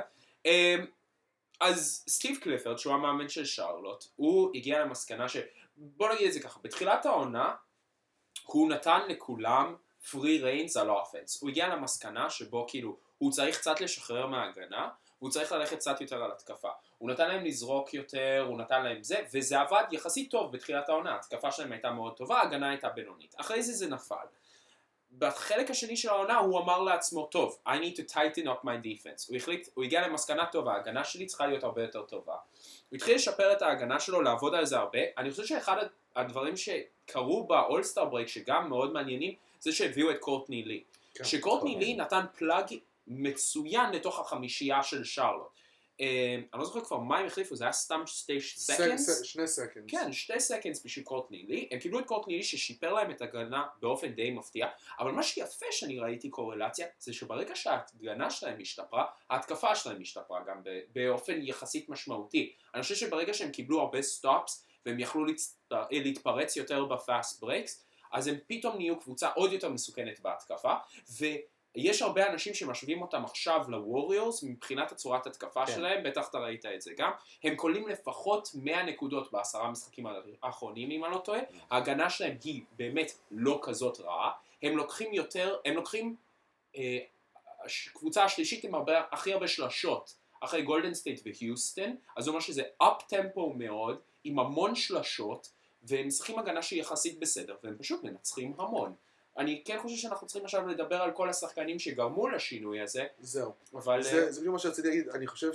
אז סטיב קליפרד, שהוא המאמן של שרלוט, הוא הגיע למסקנה בוא נגיד את זה ככה, בתחילת העונה, הוא נתן לכולם פרי ריינס על האופנס. הוא הגיע למסקנה שבו כאילו, הוא צריך קצת לשחרר מההגנה, והוא צריך ללכת קצת יותר על התקפה. הוא נתן להם לזרוק יותר, הוא נתן להם זה, וזה עבד יחסית טוב בתחילת העונה. התקפה שלהם הייתה מאוד טובה, ההגנה הייתה בינונית. אחרי זה נפל. בחלק השני של העונה הוא אמר לעצמו, טוב, I need to tighten up my defense. הוא הגיע למסקנה טובה, ההגנה שלי צריכה להיות הרבה יותר טובה. הוא התחיל לשפר את ההגנה שלו, לעבוד על זה הרבה. אני חושב שאחד הדברים שקרו ב-All-Star Break, שגם מאוד מעניינים, זה שהביאו את קורטני לי. שקורטני לי נתן פלאג מצוין לתוך החמישייה של שרלוט. אני לא זוכר כבר מה הם החליפו, זה היה סתם 2 סקנדס? 2 סקנדס. כן, 2 סקנדס בשביל קורטני לי. הם קיבלו את קורטני לי ששיפר להם את הגנה באופן די מפתיע, אבל מה שיפה שאני ראיתי קורלציה, זה שברגע שההגנה שלהם השתפרה, ההתקפה שלהם השתפרה גם באופן יחסית משמעותי. אני חושב שברגע שהם קיבלו הרבה סטופס, והם יכלו להתפרץ יותר בפאסט ברייקס, אז הם פתאום נהיו קבוצה עוד יותר מסוכנת בהתקפה, יש הרבה אנשים שמשווים אותם עכשיו לווריורס מבחינת הצורת התקפה שלהם, בטח אתה ראית את זה גם. הם קולים לפחות 100 נקודות ב10 משחקים האחרונים, אם אני לא טועה. ההגנה שלהם היא באמת לא כזאת רעה. הם לוקחים קבוצה השלישית עם הכי הרבה שלשות, אחרי גולדן סטייט והיוסטון, אז זה אומר שזה אפ-טמפו מאוד, עם המון שלשות, והם משחקים הגנה שהיא יחסית בסדר, והם פשוט מנצחים המון. אני כן חושב שאנחנו צריכים עכשיו לדבר על כל השחקנים שגרמו לשינוי הזה. זהו. אבל... זה בדיוק מה שרציתי להגיד. אני חושב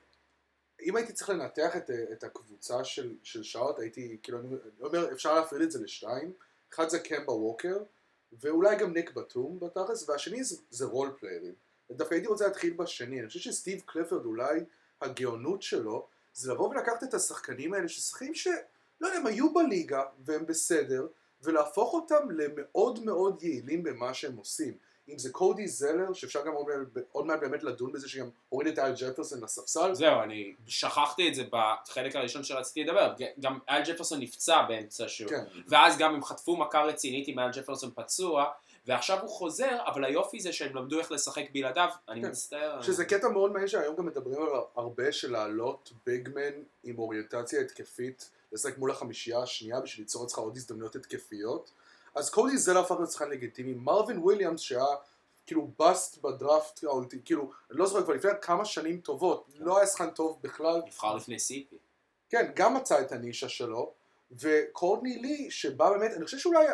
שאם הייתי צריך לנתח את הקבוצה של שעות, הייתי, כאילו, אני אומר, אפשר להפריד את זה לשתיים. אחד זה קמבה ווקר, ואולי גם ניק בטום בתכלס, והשני זה רול פליירים. דווקא הייתי רוצה להתחיל בשני. אני חושב שסטיב קליפורד, אולי הגאונות שלו, זה לבוא ולקחת את השחקנים האלה, ששחקים שלא יודע, הם היו בליגה, והם בסדר, ולהפוך אותם למאוד מאוד יעילים במה שהם עושים. אם זה קודי זלר, שאפשר גם עוד מעט באמת לדון בזה, שגם הוריד את אל ג'פרסון לספסל. זהו, אני שכחתי את זה בחלק הראשון שרציתי לדבר. גם אל ג'פרסון נפצע באמצע שהוא. כן. ואז גם הם חטפו מכה רצינית עם אל ג'פרסון פצוע, ועכשיו הוא חוזר, אבל היופי זה שהם למדו איך לשחק בלעדיו. אני מצטער. שזה קטע מאוד מעניין שהיום גם מדברים על הרבה של לעלות ביגמן עם אוריינטציה התקפית, לשחק מול החמישייה השנייה בשביל ליצור אצלך עוד הזדמנויות התקפיות. אז קודי זלר הפך להיות שחקן לגיטימי. מרווין וויליאמס שהיה כאילו בסט בדראפט, כאילו, אני לא זוכר כבר לפני כמה שנים טובות, לא היה שחקן טוב בכלל. נבחר לפני סיפי. כן, גם מצא את הנישה שלו, וקורטני לי שבא באמת, אני חושב שאולי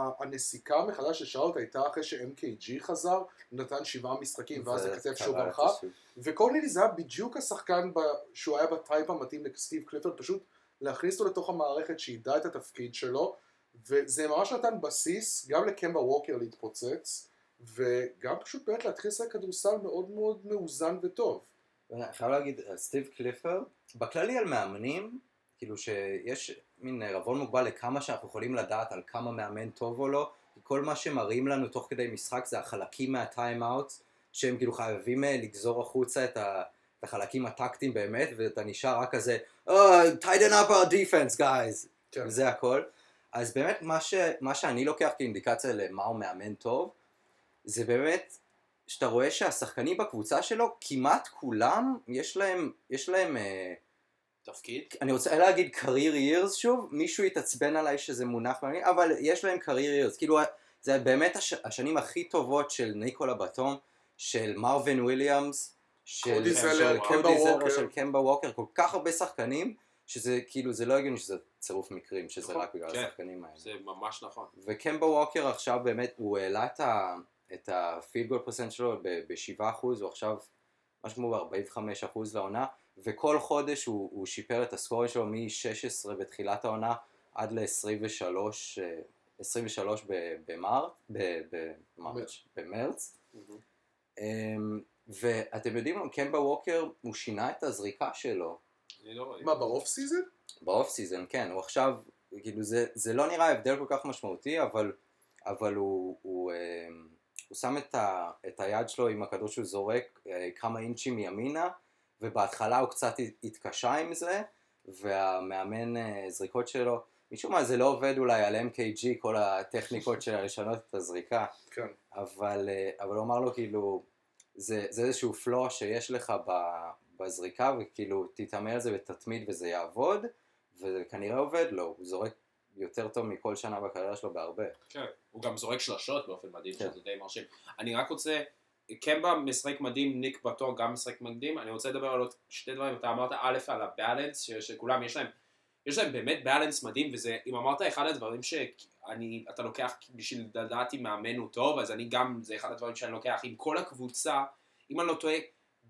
הנסיקה מחדש של שרלוט הייתה אחרי ש-MKG חזר, נתן 7 משחקים ואז הכתף שוב הלכה, וקורטני לי זה היה בדיוק השחקן שהוא היה בטייפ המתאים לסטיב קליפורד, פשוט להכניס אותו לתוך המערכת שידע את התפקיד שלו, וזה ממש נתן בסיס גם לקמבה ווקר להתפוצץ, וגם פשוט באמת להתחיל לשחק כדורסל מאוד מאוד מאוזן וטוב. אני חייב להגיד, סטיב קליפורד, בכללי על מאמנים, כאילו שיש מין רבון מוגבל לכמה שאנחנו יכולים לדעת על כמה מאמן טוב או לא, כי כל מה שמראים לנו תוך כדי משחק זה החלקים מהטיים-אאוטס, שהם כאילו חייבים לגזור החוצה את החלקים הטקטיים באמת, ואתה נשאר רק כזה, tighten up our defense guys, כן. זה הכל. אז באמת מה שאני לוקח כאינדיקציה למה הוא מאמן טוב, זה באמת שאתה רואה שהשחקנים בקבוצה שלו, כמעט כולם, יש להם תפקיד. אני רוצה להגיד career years שוב, מישהו יתעצבן עליי שזה מונח מעניין, אבל יש להם career years, כאילו זה באמת השנים הכי טובות של ניקולה בטום, של מרווין וויליאמס, של קודי זלר, של קמבה ווקר, כל כך הרבה שחקנים, שזה כאילו זה לא הגיוני שזה צירוף מקרים, שזה רק בגלל השחקנים האלה. זה ממש נכון. וקמבה ווקר עכשיו באמת, הוא העלה את הפילד גול פרסנט שלו ב7%, הוא עכשיו משהו כמו ב45% לעונה, וכל חודש הוא שיפר את הסקורים שלו מ-16 בתחילת העונה עד ל-23 במרץ. ואתם יודעים, קמבה ווקר, הוא שינה את הזריקה שלו. מה, באוף סיזן? באוף סיזן, כן. הוא עכשיו, כאילו, זה לא נראה הבדל כל כך משמעותי, אבל הוא שם את היד שלו עם הכדור שהוא זורק כמה אינצ'ים מימינה, ובהתחלה הוא קצת התקשה עם זה, והמאמן זריקות שלו, משום מה זה לא עובד אולי על MKG, כל הטכניקות של לשנות את הזריקה, כן. אבל הוא אמר לו כאילו, זה איזשהו פלו שיש לך בזריקה, וכאילו תתאמן על זה ותתמיד וזה יעבוד, וכנראה עובד לו, הוא זורק יותר טוב מכל שנה בקריירה שלו בהרבה. כן, הוא גם זורק שלשות באופן מדהים, שזה די מרשים. אני רק רוצה, קמבה משחק מדהים, ניק בטור גם משחק מדהים, אני רוצה לדבר על עוד שתי דברים, אתה אמרת א' על הבאלנס, שכולם יש יש להם באמת בלנס מדהים, וזה, אם אמרת אחד הדברים שאתה לוקח בשביל לדעת אם מאמן הוא טוב, אז אני גם, זה אחד הדברים שאני לוקח, עם כל הקבוצה, אם אני לא טועה,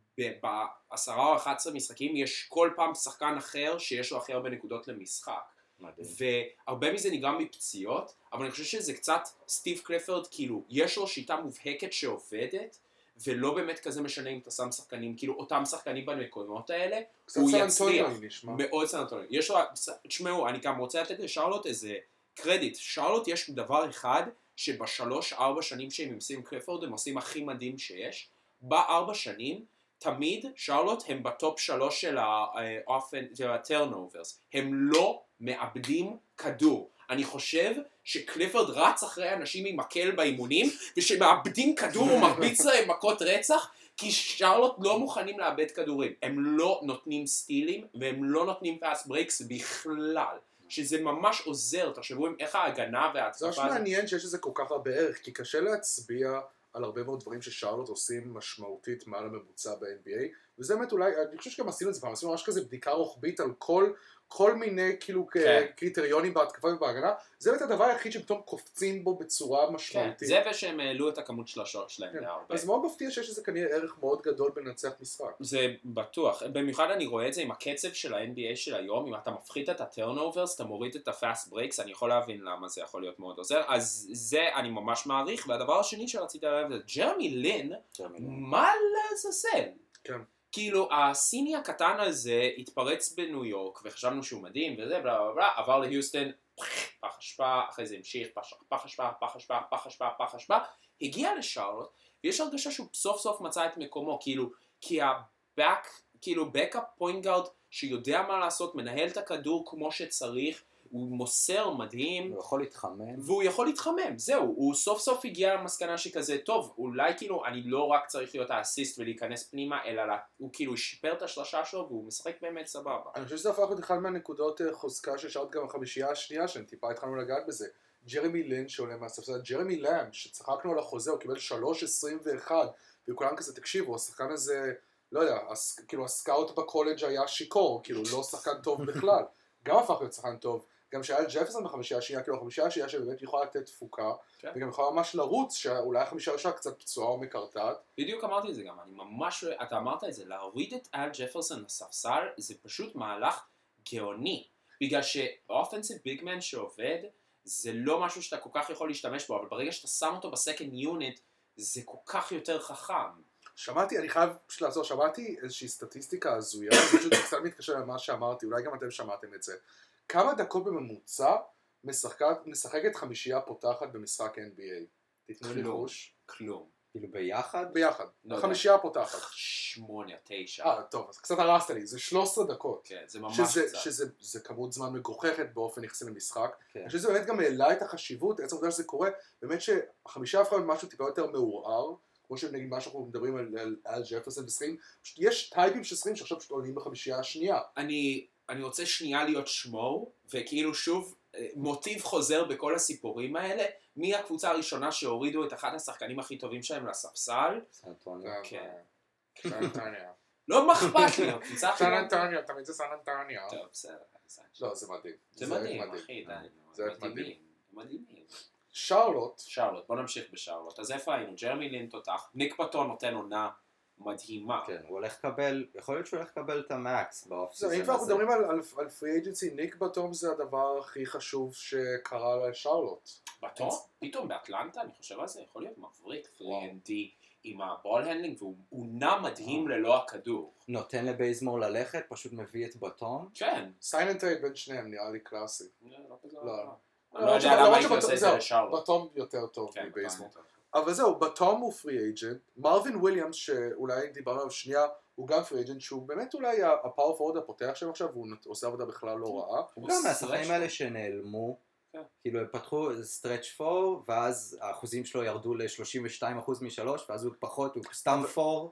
ב10 או 11 משחקים, יש כל פעם שחקן אחר שיש לו הכי הרבה נקודות למשחק. והרבה מזה נגרם מפציעות, אבל אני חושב שזה קצת סטיב קליפורד, כאילו, יש לו שיטה מובהקת שעובדת, ולא באמת כזה משנה אם אתה שם שחקנים, כאילו אותם שחקנים במקומות האלה, הוא יצליח, מאוד סנטוני. יש לו, תשמעו, אני גם רוצה לתת לשרלוט איזה קרדיט, שרלוט יש דבר אחד, שב3-4 שנים שהם עושים קליפורד, הם עושים הכי מדהים שיש, ב4 שנים, תמיד שרלוט הם בטופ 3 של ה-turnovers, הם לא מאבדים כדור. אני חושב שקליפורד רץ אחרי אנשים עם מקל באימונים, ושמאבדים כדור ומרביץ להם מכות רצח, כי שרלוט לא מוכנים לאבד כדורים. הם לא נותנים סטילים, והם לא נותנים פאסט ברייקס בכלל. שזה ממש עוזר, תחשבו איך ההגנה וההתקפה... זה ממש מעניין שיש לזה כל כך הרבה ערך, כי קשה להצביע על הרבה מאוד דברים ששרלוט עושים משמעותית מעל הממוצע ב-NBA, וזה באמת אולי, אני חושב שגם עשינו את זה פעם, עשינו ממש כזה בדיקה רוחבית על כל מיני כאילו קריטריונים בהתקפה ובהגנה, זה באמת הדבר היחיד שפתאום קופצים בו בצורה משמעותית. זה ושהם העלו את הכמות שלשות שלהם להרבה. אז מאוד מפתיע שיש לזה כנראה ערך מאוד גדול בלנצח משחק. זה בטוח, במיוחד אני רואה את זה עם הקצב של ה-NBA של היום, אם אתה מפחית את ה-turnovers, אתה מוריד את ה-fast breaks, אני יכול להבין למה זה יכול להיות מאוד עוזר, אז זה אני ממש מעריך, והדבר השני שרציתי להגיד זה, ג'רמי לין, מה לעזאזל? כן. כאילו, הסיני הקטן הזה התפרץ בניו יורק, וחשבנו שהוא מדהים, וזה, בלה בלה בלה, עבר להיוסטון, פח אשפה, אחרי זה המשיך, פח אשפה, הגיע לשרלוט, ויש הרגשה שהוא סוף סוף מצא את מקומו, כאילו, כי בקאפ פוינט גארד, שיודע מה לעשות, מנהל את הכדור כמו שצריך, הוא מוסר מדהים. הוא יכול להתחמם. והוא יכול להתחמם, זהו. הוא סוף סוף הגיע למסקנה שכזה, טוב, אולי כאילו אני לא רק צריך להיות האסיסט ולהיכנס פנימה, אלא הוא כאילו שיפר את השלושה שלו והוא משחק באמת סבבה. אני חושב שזה הפך להיות אחד מהנקודות חוזקה ששארת גם החמישייה השנייה, שאני טיפה התחלנו לגעת בזה. ג'רמי לין שעולה מהספסל, ג'רמי להם, שצחקנו על החוזה, הוא קיבל 3.21, וכולם כזה, תקשיבו, השחקן הזה, לא יודע, כאילו הסקאוט בקולג' היה שיקור, כאילו לא שחקן טוב בכלל. גם הפך להיות שחקן טוב. גם שהיה ג'פרסון בחמישייה השנייה, כאילו החמישייה השנייה שבאמת יכולה לתת תפוקה, וגם יכולה ממש לרוץ, שאולי החמישייה השנייה קצת פצועה או מקרטעת. בדיוק אמרתי את זה גם, אני ממש, אתה אמרת את זה, להוריד את אל ג'פרסון לספסל, זה פשוט מהלך גאוני, בגלל שאופנסיב ביגמן שעובד, זה לא משהו שאתה כל כך יכול להשתמש בו, אבל ברגע שאתה שם אותו בסקנד יוניט, זה כל כך יותר חכם. שמעתי, אני חייב פשוט לעזור, שמעתי איזושהי סטטיסטיקה הזויה, פשוט קצת מתקשר למה שאמרתי, אולי גם אתם שמעתם את זה. כמה דקות בממוצע משחקת חמישייה פותחת במשחק NBA? תתנו לי חוש. כלום. כאילו ביחד? ביחד. חמישייה פותחת. 8, 9. טוב, אז קצת הרסת לי, זה 13 דקות. כן, זה ממש קצת. שזה כמות זמן מגוחכת באופן יחסי למשחק. כן. אני חושב שזה באמת גם העלה את החשיבות, עצם העובדה שזה קורה, באמת שהחמישייה הפכה להיות משהו טיפה יותר מעורער, כמו שנגיד מה שאנחנו מדברים על ג'פרסון וסקרים, יש טייפים של סקרים שעכשיו פשוט עולים בחמישייה השנייה. אני רוצה שנייה להיות שמור, וכאילו שוב מוטיב חוזר בכל הסיפורים האלה, מי הקבוצה הראשונה שהורידו את אחד השחקנים הכי טובים שלהם לספסל? סן אנטוניו. כן. סן אנטוניו. לא אכפת לי, הקבוצה הכי... סן אנטוניו, תמיד זה סן אנטוניו. טוב, בסדר. לא, זה מדהים. זה מדהים, אחי, זה מדהים. מדהימים. שרלוט, בוא נמשיך בשרלוט. אז איפה היינו? ג'רמי לין תותח, ניק בטון נותן עונה מדהימה. כן, הוא הולך לקבל, יכול להיות שהוא הולך לקבל את המאקס באוף סיזן הזה. אם אנחנו מדברים על פרי אייג'נסי, ניק בטון זה הדבר הכי חשוב שקרה לשרלוט. בטון? פתאום באטלנטה, אני חושב על זה, יכול להיות מבריק, פרי-אנדי עם הבול הנדלינג, והוא נע מדהים ללא הכדור. נותן לבייזמור ללכת, פשוט מביא את בטון. כן. סיין אנד טרייד בין שניהם, נראה לי קלאסי. אני לא יודע למה הייתי עושה את זה לשרלוט. בטום יותר טוב מבייסמור. אבל זהו, בטום הוא פרי אייג'נט. מרווין וויליאמס, שאולי דיברנו עליו שנייה, הוא גם פרי אייג'נט, שהוא באמת אולי הפאור פורד הפותח שם עכשיו, והוא עושה עבודה בכלל לא רעה. הוא גם מהשחקנים האלה שנעלמו, כאילו הם פתחו סטרץ' 4, ואז האחוזים שלו ירדו ל-32% מ-3, ואז הוא פחות, הוא סתם 4.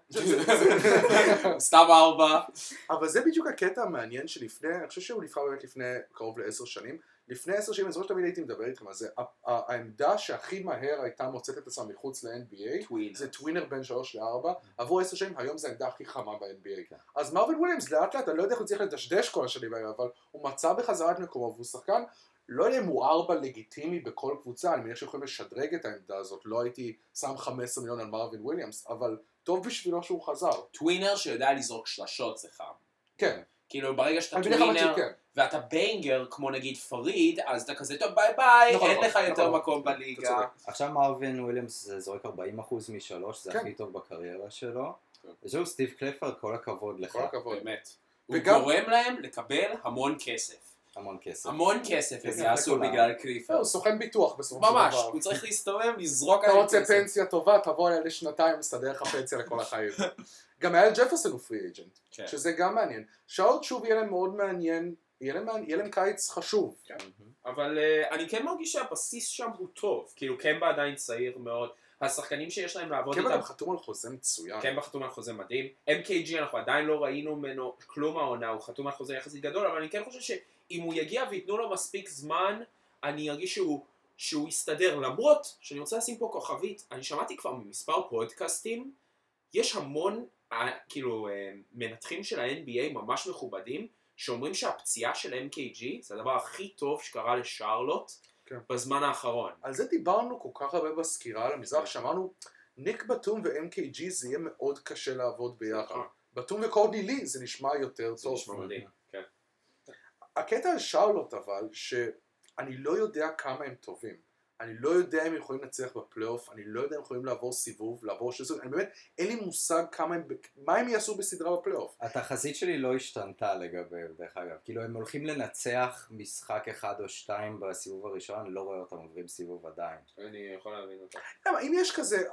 סתם 4. אבל זה בדיוק הקטע המעניין שלפני, אני חושב שהוא נבחר באמת לפני קרוב ל10 שנים, לפני 10 שנים, אני זוכר שתמיד הייתי מדבר איתכם על זה, העמדה שהכי מהר הייתה מוצאת את עצמה מחוץ ל-NBA, זה טווינר בין 3 ל-4, עבור 10 שנים, היום זה העמדה הכי חמה ב-NBA. אז מרווין וויליאמס, לאט לאט, אני לא יודע איך הוא צריך לדשדש כל השנים האלה, אבל הוא מצא בחזרה את מקומו, והוא שחקן, לא יודע אם הוא 4 לגיטימי בכל קבוצה, אני מניח שיכולים לשדרג את העמדה הזאת, לא הייתי שם 15 מיליון על מרווין וויליאמס, אבל טוב בשבילו שהוא חזר. טווינר שיודע לזרוק שלשות זה חם. כן. כאילו ברגע שאתה טווינר, ואתה ביינגר כמו נגיד פריד, אז אתה כזה טוב ביי ביי, אין לך יותר מקום בליגה. עכשיו מרווין וויליאמס זורק 40% משלוש, זה הכי טוב בקריירה שלו. וזהו סטיב קליפר, כל הכבוד לך. כל הכבוד. באמת. הוא גורם להם לקבל המון כסף. המון כסף. המון כסף הם יעשו בגלל קליפר. הוא סוכן ביטוח בסופו של דבר. ממש, הוא צריך להסתובב, לזרוק אתה רוצה פנסיה טובה, תבוא אליה לשנתיים, מסתדר לך פנסיה לכל החיים. גם אייל ג'פרסון הוא פרי אייג'נט, שזה גם מעניין. שעות שוב יהיה להם מאוד מעניין, יהיה להם קיץ חשוב. אבל אני כן מרגיש שהבסיס שם הוא טוב, כאילו קמבה עדיין צעיר מאוד, השחקנים שיש להם לעבוד איתם... קמבה גם חתום על חוזה מצוין. קמבה חתום על חוזה מדהים, MKG אנחנו עדיין לא ראינו ממנו כלום העונה, הוא חתום על חוזה יחסית גדול, אבל אני כן חושב שאם הוא יגיע ויתנו לו מספיק זמן, אני ארגיש שהוא יסתדר, למרות שאני רוצה לשים פה כוכבית, אני שמעתי כבר ממספר פודקאסטים, יש המון כאילו מנתחים של ה-NBA ממש מכובדים, שאומרים שהפציעה של MKG זה הדבר הכי טוב שקרה לשרלוט בזמן האחרון. על זה דיברנו כל כך הרבה בסקירה על המזרח, שאמרנו, ניק בטום ו-MKG זה יהיה מאוד קשה לעבוד ביחד. בטום וקורדני לי זה נשמע יותר טוב. זה נשמע מדהים, כן. הקטע על שרלוט אבל, שאני לא יודע כמה הם טובים. אני לא יודע אם הם יכולים לנצח בפלייאוף, אני לא יודע אם הם יכולים לעבור סיבוב, לעבור שזו, אני באמת, אין לי מושג מה הם יעשו בסדרה בפלייאוף. התחזית שלי לא השתנתה לגבי, דרך אגב, כאילו הם הולכים לנצח משחק 1 או 2 בסיבוב הראשון, אני לא רואה אותם עוברים סיבוב עדיין. אני יכול להבין אותה. אם יש כזה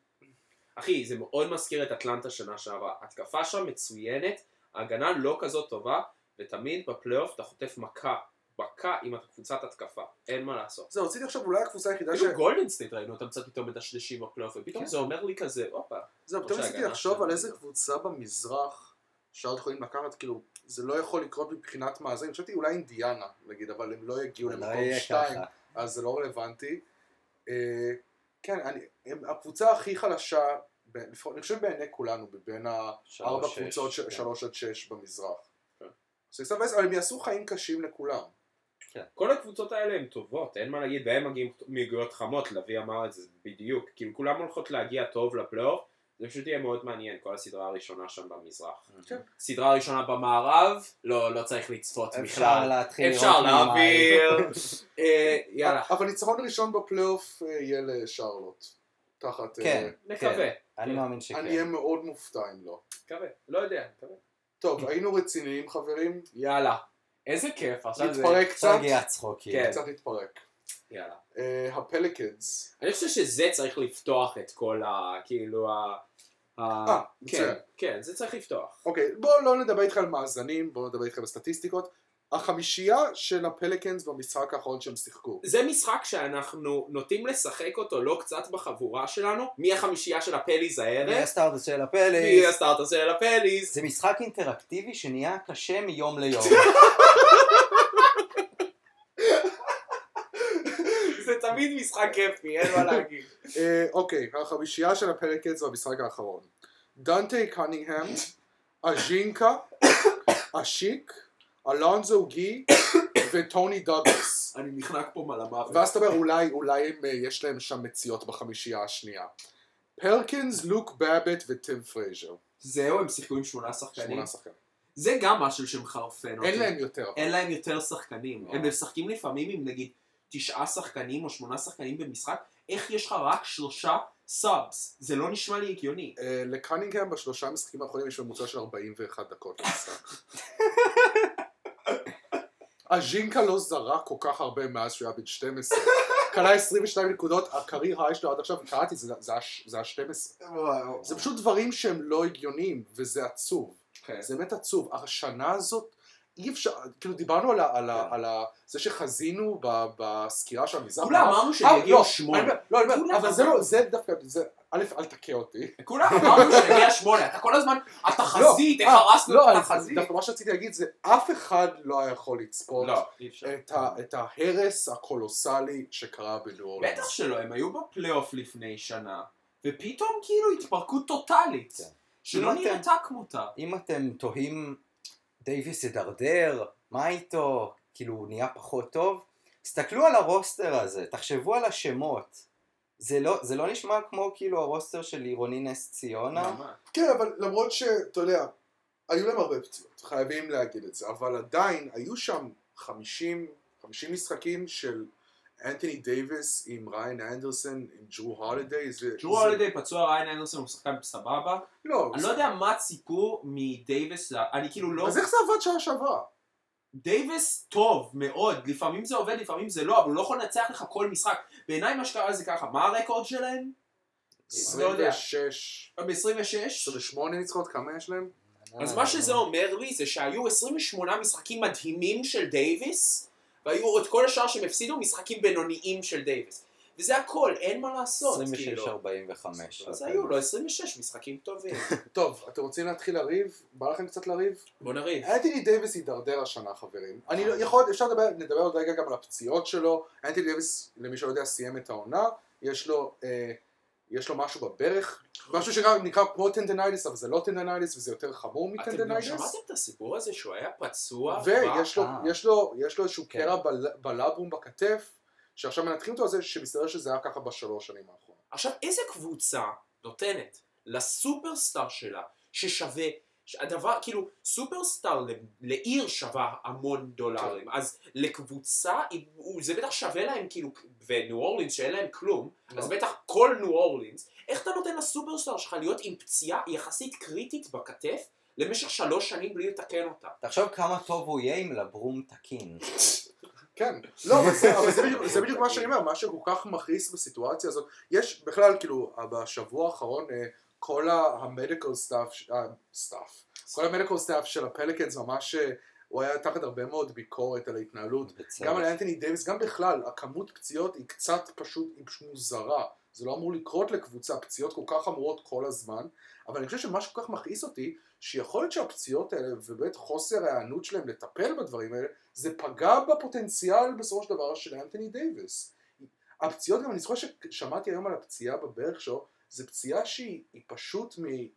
אחי, זה מאוד מזכיר את אטלנטה שנה שעברה, התקפה שם מצוינת, ההגנה לא כזאת טובה, ותמיד בפלייאוף אתה חוטף מכה אם אתה קבוצת התקפה, אין מה לעשות. זהו, רציתי עכשיו אולי הקבוצה היחידה כאילו גולדן סטייט ראינו אותם קצת פתאום מדשדשים בפלייאוף, ופתאום זה אומר לי כזה, הופה. זהו, פתאום רציתי לחשוב על איזה קבוצה במזרח שעוד יכולים לקחת, כאילו, זה לא יכול לקרות מבחינת מאזנים, חשבתי אולי אינדיאנה, נגיד, אבל הם לא יגיעו למקום 2, אז זה לא רלוונטי. כן, הקבוצה הכי חלשה, אני חושב בעיני כולנו, בין 4 קבוצות 3 עד 6 במזרח. אבל הם יעשו חיים קשים לכולם. כל הקבוצות האלה הן טובות, אין מה להגיד, והם מגיעים מגיעות חמות, לוי אמר את זה בדיוק, כאילו כולם הולכות להגיע טוב לפלייאוף, זה פשוט יהיה מאוד מעניין, כל הסדרה הראשונה שם במזרח. סדרה הראשונה במערב, לא צריך לצפות בכלל. אפשר להעביר. יאללה. אבל ניצחון ראשון בפלייאוף יהיה לשרלוט. תחת... כן, נקווה. אני מאמין שכן. אני אהיה מאוד מופתע אם לא. נקווה, לא יודע, נקווה. טוב, היינו רציניים חברים. יאללה. איזה כיף, עכשיו זה... להתפרק קצת. הגיע צחוקי. כן. קצת להתפרק. יאללה. הפליקנס. אני חושב שזה צריך לפתוח את כל כאילו כן, זה צריך לפתוח. אוקיי, בואו לא נדבר איתך על מאזנים, בואו נדבר איתך על סטטיסטיקות. החמישייה של הפליקנס במשחק האחרון שהם שיחקו. זה משחק שאנחנו נוטים לשחק אותו לא קצת בחבורה שלנו. מי החמישייה של הפליז הערב? מי הסטארטר של הפליז? זה משחק אינטראקטיבי שנהיה קשה מיום ליום. זה תמיד משחק כיפי, אין מה להגיד. אוקיי, החמישייה של הפליקנס במשחק האחרון. דנטה קנינגהם, אג'ינקה, אשיק, אלונזו גי וטוני דאגלס. אני נחנק פה מלמוות. ואז אתה אומר, אולי יש להם שם מציאות בחמישייה השנייה. פרקינס, לוק באבט וטים פרייזר. זהו, הם שיחקו עם 8 שחקנים. 8 שחקנים. זה גם משהו שמחרפן אותי. אין להם יותר. אין להם יותר שחקנים. הם משחקים לפעמים עם נגיד 9 שחקנים או 8 שחקנים במשחק. איך יש לך רק 3 סאבס? זה לא נשמע לי הגיוני. לקנינגהם ב3 משחקים האחרונים יש ממוצע של 41 דקות למשחק. הז'ינקה לא זרק כל כך הרבה מאז שהוא היה בן 12. קלה 22 נקודות, הקרייר היי שלו עד עכשיו, קראתי, זה ה-12. זה פשוט דברים שהם לא הגיוניים, וזה עצוב. זה באמת עצוב. השנה הזאת, אי אפשר, כאילו דיברנו על זה שחזינו בסקירה של המזרח. כולה אמרנו שהם יגיעו 8. לא, אבל זה דווקא, א', אל תקה אותי. כולם אמרנו שנגיע 8, אתה כל הזמן, התחזית, איך הרסנו את התחזית. דווקא מה שרציתי להגיד זה, אף אחד לא היה יכול לצפות לא, אי אפשר. את ההרס הקולוסלי שקרה בניו אורלינס. בטח שלא, הם היו בפלייאוף לפני שנה, ופתאום כאילו התפרקות טוטלית, שלא נראתה כמותה. אם אתם תוהים, דייוויס ידרדר, מה איתו, כאילו הוא נהיה פחות טוב, תסתכלו על הרוסטר הזה, תחשבו על השמות. זה לא נשמע כמו כאילו הרוסטר של עירוני נס ציונה? כן, אבל למרות שאתה יודע, היו להם הרבה פציעות, חייבים להגיד את זה, אבל עדיין היו שם 50 משחקים של אנתוני דייוויס עם ריין אנדרסון, עם ג'רו הולידיי. ג'רו הולידיי פצוע, ריין אנדרסון הוא שחקן סבבה. לא. אני לא יודע מה ציפו מדייוויס, אני כאילו לא... אז איך זה עבד שעה שעברה? דייוויס טוב מאוד, לפעמים זה עובד, לפעמים זה לא, אבל הוא לא יכול לנצח לך כל משחק. בעיניי מה שקרה זה ככה, מה הרקורד שלהם? 26. ב-26? 28 ניצחונות, כמה יש להם? אז מה שזה אומר לי זה שהיו 28 משחקים מדהימים של דייוויס, והיו את כל השאר שהם הפסידו משחקים בינוניים של דייוויס. וזה הכל, אין מה לעשות. 26-45. אז היו לו 26 משחקים טובים. טוב, אתם רוצים להתחיל לריב? בא לכם קצת לריב? בוא נריב. אנתוני דייוויס הידרדר השנה, חברים. אפשר נדבר עוד רגע גם על הפציעות שלו. אנתוני דייוויס, למי שלא יודע, סיים את העונה. יש לו משהו בברך, משהו שנקרא כמו טנדנייטיס, אבל זה לא טנדנייטיס וזה יותר חמור מטנדנייטיס. אתם שמעתם את הסיפור הזה שהוא היה פצוע? ויש לו איזשהו קרע בלברום בכתף, שעכשיו מנתחים אותו על זה, שמסתבר שזה היה ככה בשלוש שנים האחרונות. עכשיו, איזה קבוצה נותנת לסופרסטאר שלה, ששווה, הדבר, כאילו, סופרסטאר לעיר שווה המון דולרים, אז לקבוצה, זה בטח שווה להם, כאילו, וניו אורלינס שאין להם כלום, אז בטח כל ניו אורלינס, איך אתה נותן לסופרסטאר שלך להיות עם פציעה יחסית קריטית בכתף, למשך 3 שנים בלי לתקן אותה? תחשוב כמה טוב הוא יהיה עם לברום תקין. כן, לא, אבל זה בדיוק מה שאני אומר, מה שכל כך מכעיס בסיטואציה הזאת, יש בכלל, כאילו, בשבוע האחרון, כל המדיקל סטאף של הפליקנס ממש, הוא היה תחת הרבה מאוד ביקורת על ההתנהלות, גם על אנתוני דייוויס, גם בכלל, הכמות פציעות היא קצת פשוט מוזרה, זה לא אמור לקרות לקבוצה, פציעות כל כך חמורות כל הזמן, אבל אני חושב שמה שכל כך מכעיס אותי, שיכול להיות שהפציעות האלה, ובאמת חוסר ההיענות שלהם לטפל בדברים האלה, זה פגע בפוטנציאל בסופו של דבר של אנתוני דייוויס. הפציעות, גם אני זוכר ששמעתי היום על הפציעה בברך שלו, זה פציעה שהיא פשוט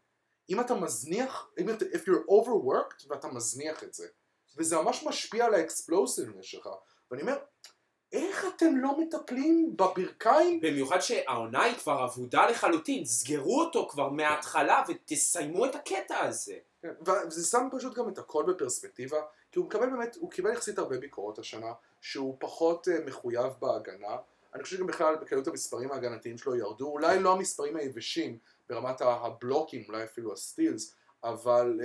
אם אתה מזניח, if you're overworked ואתה מזניח את זה, וזה ממש משפיע על האקספלוסיבנס שלך, ואני אומר, איך אתם לא מטפלים בברכיים? במיוחד שהעונה היא כבר עבודה לחלוטין, סגרו אותו כבר מההתחלה ותסיימו את הקטע הזה. כן, וזה שם פשוט גם את הכל בפרספקטיבה, כי הוא קיבל יחסית הרבה ביקורות השנה, שהוא פחות מחויב בהגנה. אני חושב שגם בכלל בקלות המספרים ההגנתיים שלו ירדו, אולי לא המספרים היבשים ברמת הבלוקים, אולי אפילו הסטילס, אבל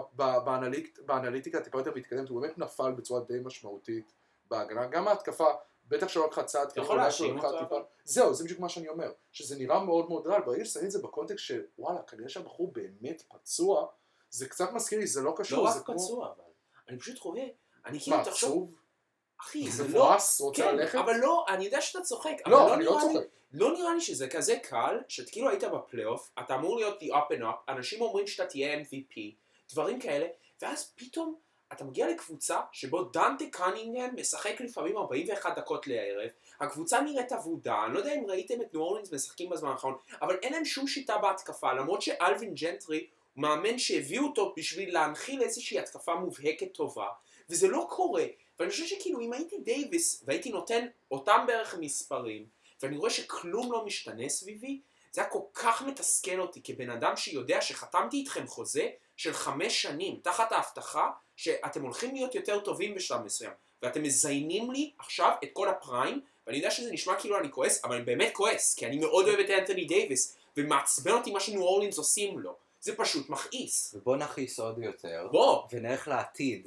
באנליטיקה טיפה יותר מתקדמת, הוא באמת נפל בצורה די משמעותית בהגנה. גם ההתקפה, בטח שלא לקחה צעד, אתה יכול להאשים אותו? זהו, זה בדיוק מה שאני אומר, שזה נראה מאוד מאוד רע, ברגע ששמים את זה בקונטקסט של וואלה, כנראה שהבחור באמת פצוע, זה קצת מזכיר לי, זה לא קשור. לא רק פצוע, אבל אני פשוט רואה, אני כאילו תחשוב, אחי, זה לא... רוצה ללכת? אבל לא, אני יודע שאתה צוחק, לא, אני לא צוחק. לא נראה לי שזה כזה קל, שאתה כאילו היית בפלייאוף, אתה אמור להיות the up and up, אנשים אומרים שאתה תהיה MVP, דברים כאלה, ואז פתאום אתה מגיע לקבוצה שבו דנטה קנינגהאם משחק לפעמים 41 דקות לערב, הקבוצה נראית עבודה, אני לא יודע אם ראיתם את ניו אורלינס משחקים בזמן האחרון, אבל אין להם שום שיטה בהתקפה, למרות שאלווין ג'נטרי הוא מאמן שהביאו אותו בשביל להנחיל איזושהי התקפה מובהקת טובה, וזה לא קורה, ואני חושב שכאילו אם הייתי דייוויס והייתי נותן אותם בערך מספרים, ואני רואה שכלום לא משתנה סביבי, זה היה כל כך מתסכל אותי כבן אדם שיודע שחתמתי איתכם חוזה של 5 שנים, תחת ההבטחה שאתם הולכים להיות יותר טובים בשלב מסוים, ואתם מזיינים לי עכשיו את כל הפריים, ואני יודע שזה נשמע כאילו אני כועס, אבל אני באמת כועס, כי אני מאוד אוהב את אנתוני דייוויס, ומעצבן אותי מה שניו אורלינס עושים לו. זה פשוט מכעיס. ובוא נכעיס עוד יותר. בוא. ונלך לעתיד.